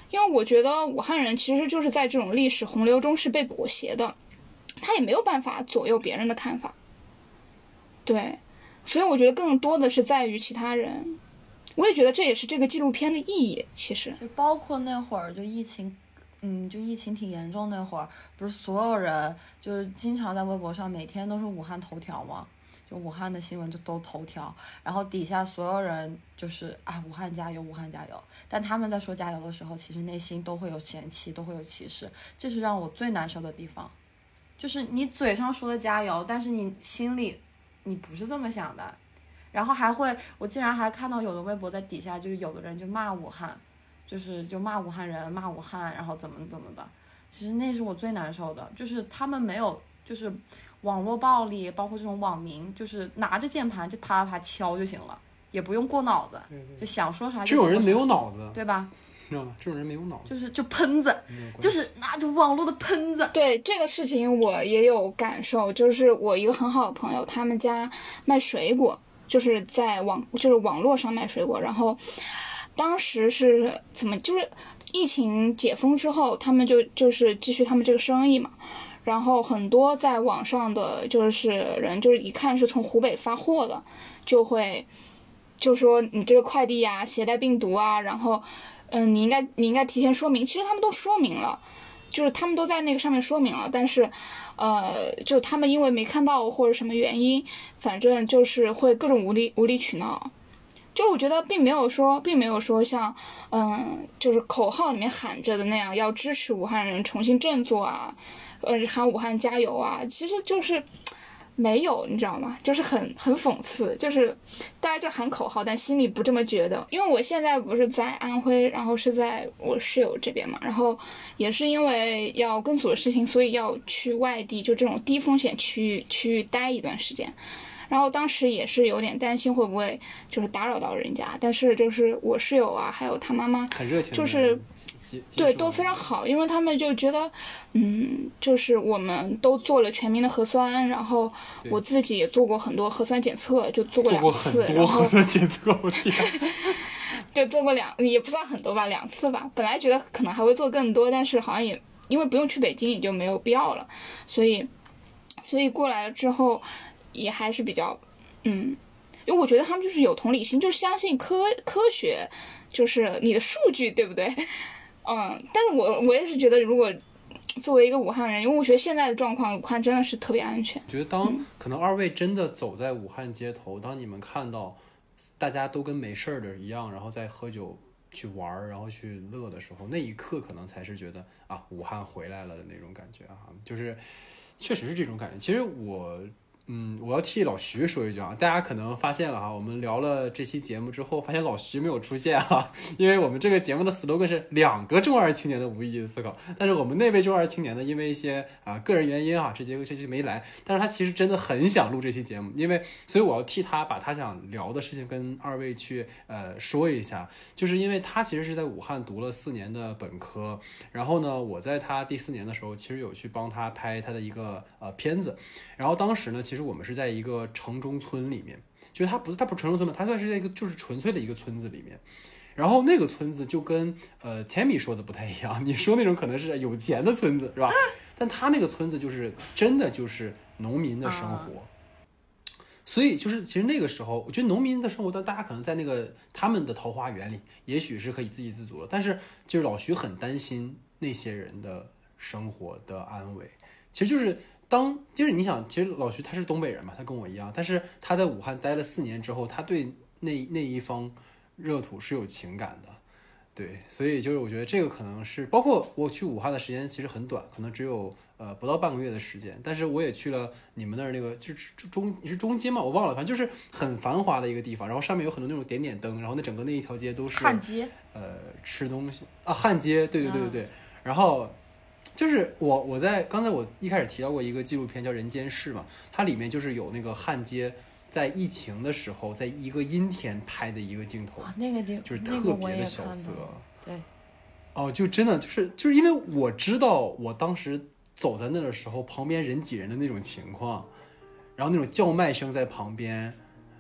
因为我觉得武汉人其实就是在这种历史洪流中是被裹挟的，他也没有办法左右别人的看法。对，所以我觉得更多的是在于其他人。我也觉得这也是这个纪录片的意义。其实就包括那会儿就疫情，就疫情挺严重那会儿，不是所有人就是经常在微博上每天都是武汉头条吗？就武汉的新闻就都头条，然后底下所有人就是武汉加油，武汉加油。但他们在说加油的时候，其实内心都会有嫌弃，都会有歧视，这是让我最难受的地方。就是你嘴上说的加油，但是你心里你不是这么想的。然后我竟然还看到有的微博在底下，就是有的人就骂武汉，就骂武汉人，骂武汉，然后怎么的。其实那是我最难受的，就是他们没有，就是网络暴力，包括这种网民，就是拿着键盘就啪啪啪敲就行了，也不用过脑子，就想说啥就说啥。 这种人没有脑子， 对吧？ 知道吗？这种人没有脑子， 就喷子，就是拿着网络的喷子。 对这个事情我也有感受，就是我一个很好的朋友，他们家卖水果。就是在网络上卖水果，然后当时是怎么，就是疫情解封之后，他们就是继续他们这个生意嘛，然后很多在网上的就是人，就是一看是从湖北发货的，就说你这个快递呀携带病毒啊，然后你应该提前说明，其实他们都说明了。就是他们都在那个上面说明了，但是，就他们因为没看到或者什么原因，反正就是会各种无理取闹。就我觉得并没有说像，就是口号里面喊着的那样要支持武汉人重新振作啊，喊武汉加油啊，其实就是没有，你知道吗？就是很讽刺，就是大家就喊口号，但心里不这么觉得。因为我现在不是在安徽，然后是在我室友这边嘛，然后也是因为要跟组的事情，所以要去外地，就这种低风险区域待一段时间。然后当时也是有点担心会不会就是打扰到人家，但是就是我室友啊，还有他妈妈， 很热情， 就是对都非常好，因为他们就觉得，就是我们都做了全民的核酸，然后我自己也做过很多核酸检测，就做过2次， 很多核酸检测，我天， 就做过也不算很多吧，2次吧。本来觉得可能还会做更多，但是好像也因为不用去北京，也就没有必要了，所以过来了之后。也还是比较，因为我觉得他们就是有同理心，就是相信科学，就是你的数据，对不对？但是我也是觉得，如果作为一个武汉人，因为我觉得现在的状况，武汉真的是特别安全。 觉得当可能2位真的走在武汉街头，当你们看到大家都跟没事儿的一样，然后在喝酒去玩，然后去乐的时候，那一刻可能才是觉得武汉回来了的那种感觉啊，就是确实是这种感觉。其实我要替老徐说一句啊，大家可能发现了哈，我们聊了这期节目之后，发现老徐没有出现哈，因为我们这个节目的 slogan 是2个中二青年的无意义的思考，但是我们那位中二青年呢，因为一些个人原因这期没来，但是他其实真的很想录这期节目，所以我要替他把他想聊的事情跟2位去说一下，就是因为他其实是在武汉读了4年的本科，然后呢，我在他第4年的时候，其实有去帮他拍他的一个片子，然后当时呢，其实我们是在一个城中村里面，就是它不是城中村嘛，它算是在一个就是纯粹的一个村子里面。然后那个村子就跟千米说的不太一样，你说那种可能是有钱的村子是吧？但他那个村子就是真的就是农民的生活。所以就是其实那个时候，我觉得农民的生活，大家可能在那个他们的桃花源里，也许是可以自给自足的，但是就是老徐很担心那些人的生活的安危。其实就是你想，其实老徐他是东北人嘛，他跟我一样，但是他在武汉待了4年之后，他对那一方热土是有情感的，对，所以就是我觉得这个可能是，包括我去武汉的时间其实很短，可能只有不到半个月的时间，但是我也去了你们那儿那个就是中街嘛，我忘了，反正就是很繁华的一个地方，然后上面有很多那种点点灯，然后整个那一条街都是汉街， 吃东西汉街，对，然后。就是刚才我一开始提到过一个纪录片叫《人间世》嘛，它里面就是有那个汉街在疫情的时候，在一个阴天拍的一个镜头， 那个就是特别的小色， 对， 就真的就是因为我知道我当时走在那的时候，旁边人挤人的那种情况，然后那种叫卖声在旁边，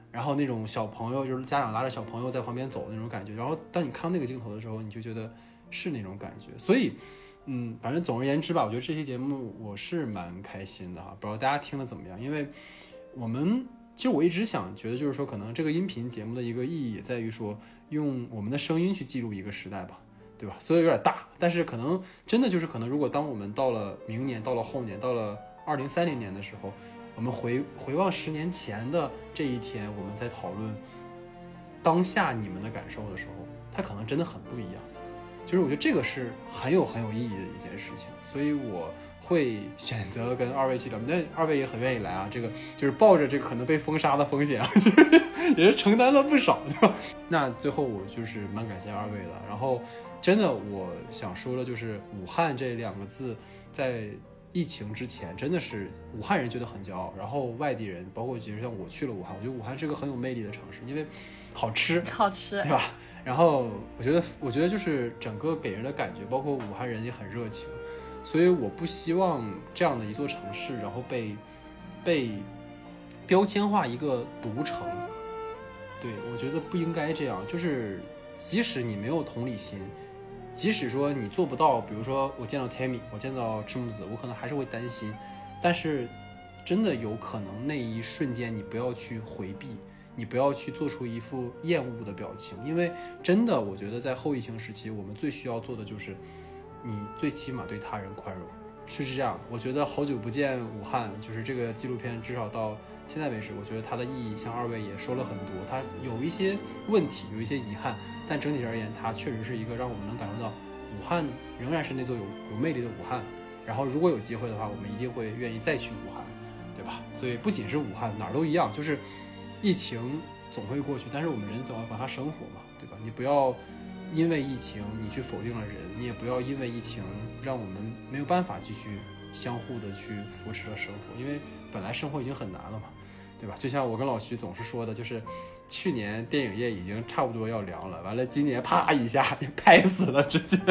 然后那种小朋友就是家长拉着小朋友在旁边走的那种感觉，然后当你看到那个镜头的时候，你就觉得是那种感觉。所以反正总而言之吧，我觉得这期节目我是蛮开心的哈，不知道大家听了怎么样？因为其实我一直想觉得就是说，可能这个音频节目的一个意义也在于说，用我们的声音去记录一个时代吧，对吧？所以有点大，但是可能真的就是可能，如果当我们到了明年，到了后年，到了2030年的时候，我们回望10年前的这一天，我们在讨论当下你们的感受的时候，它可能真的很不一样。就是我觉得这个是很有意义的一件事情，所以我会选择跟二位去聊。那二位也很愿意来啊，这个就是抱着这个可能被封杀的风险啊，就是也是承担了不少，对吧？那最后我就是蛮感谢二位的。然后真的我想说的就是武汉这2个字在疫情之前真的是武汉人觉得很骄傲，然后外地人包括其实像我去了武汉，我觉得武汉是个很有魅力的城市，因为好吃，对吧？然后我觉得就是整个给人的感觉，包括武汉人也很热情，所以我不希望这样的一座城市，然后被标签化一个独城。对，我觉得不应该这样。就是即使你没有同理心，即使说你做不到，比如说我见到 Tammy， 我见到赤木子，我可能还是会担心，但是真的有可能那一瞬间你不要去回避，你不要去做出一副厌恶的表情，因为真的我觉得在后疫情时期，我们最需要做的就是你最起码对他人宽容，是这样的。我觉得好久不见武汉，就是这个纪录片至少到现在为止，我觉得它的意义像二位也说了很多，它有一些问题，有一些遗憾，但整体而言它确实是一个让我们能感受到武汉仍然是那座有魅力的武汉。然后如果有机会的话，我们一定会愿意再去武汉，对吧？所以不仅是武汉，哪儿都一样，就是疫情总会过去，但是我们人总要把它生活嘛，对吧？你不要因为疫情你去否定了人，你也不要因为疫情让我们没有办法继续相互的去扶持了生活，因为本来生活已经很难了嘛，对吧？就像我跟老徐总是说的，就是去年电影业已经差不多要凉了，完了今年啪一下就拍死了，直接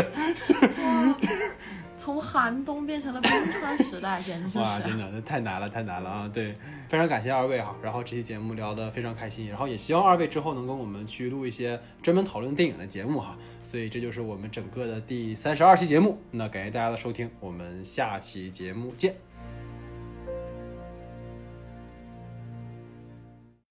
从寒冬变成了冰川时代，简直就是哇，真的太难了啊！对，非常感谢二位哈，然后这期节目聊得非常开心，然后也希望二位之后能跟我们去录一些专门讨论电影的节目哈。所以这就是我们整个的第32期节目，那感谢大家的收听，我们下期节目见。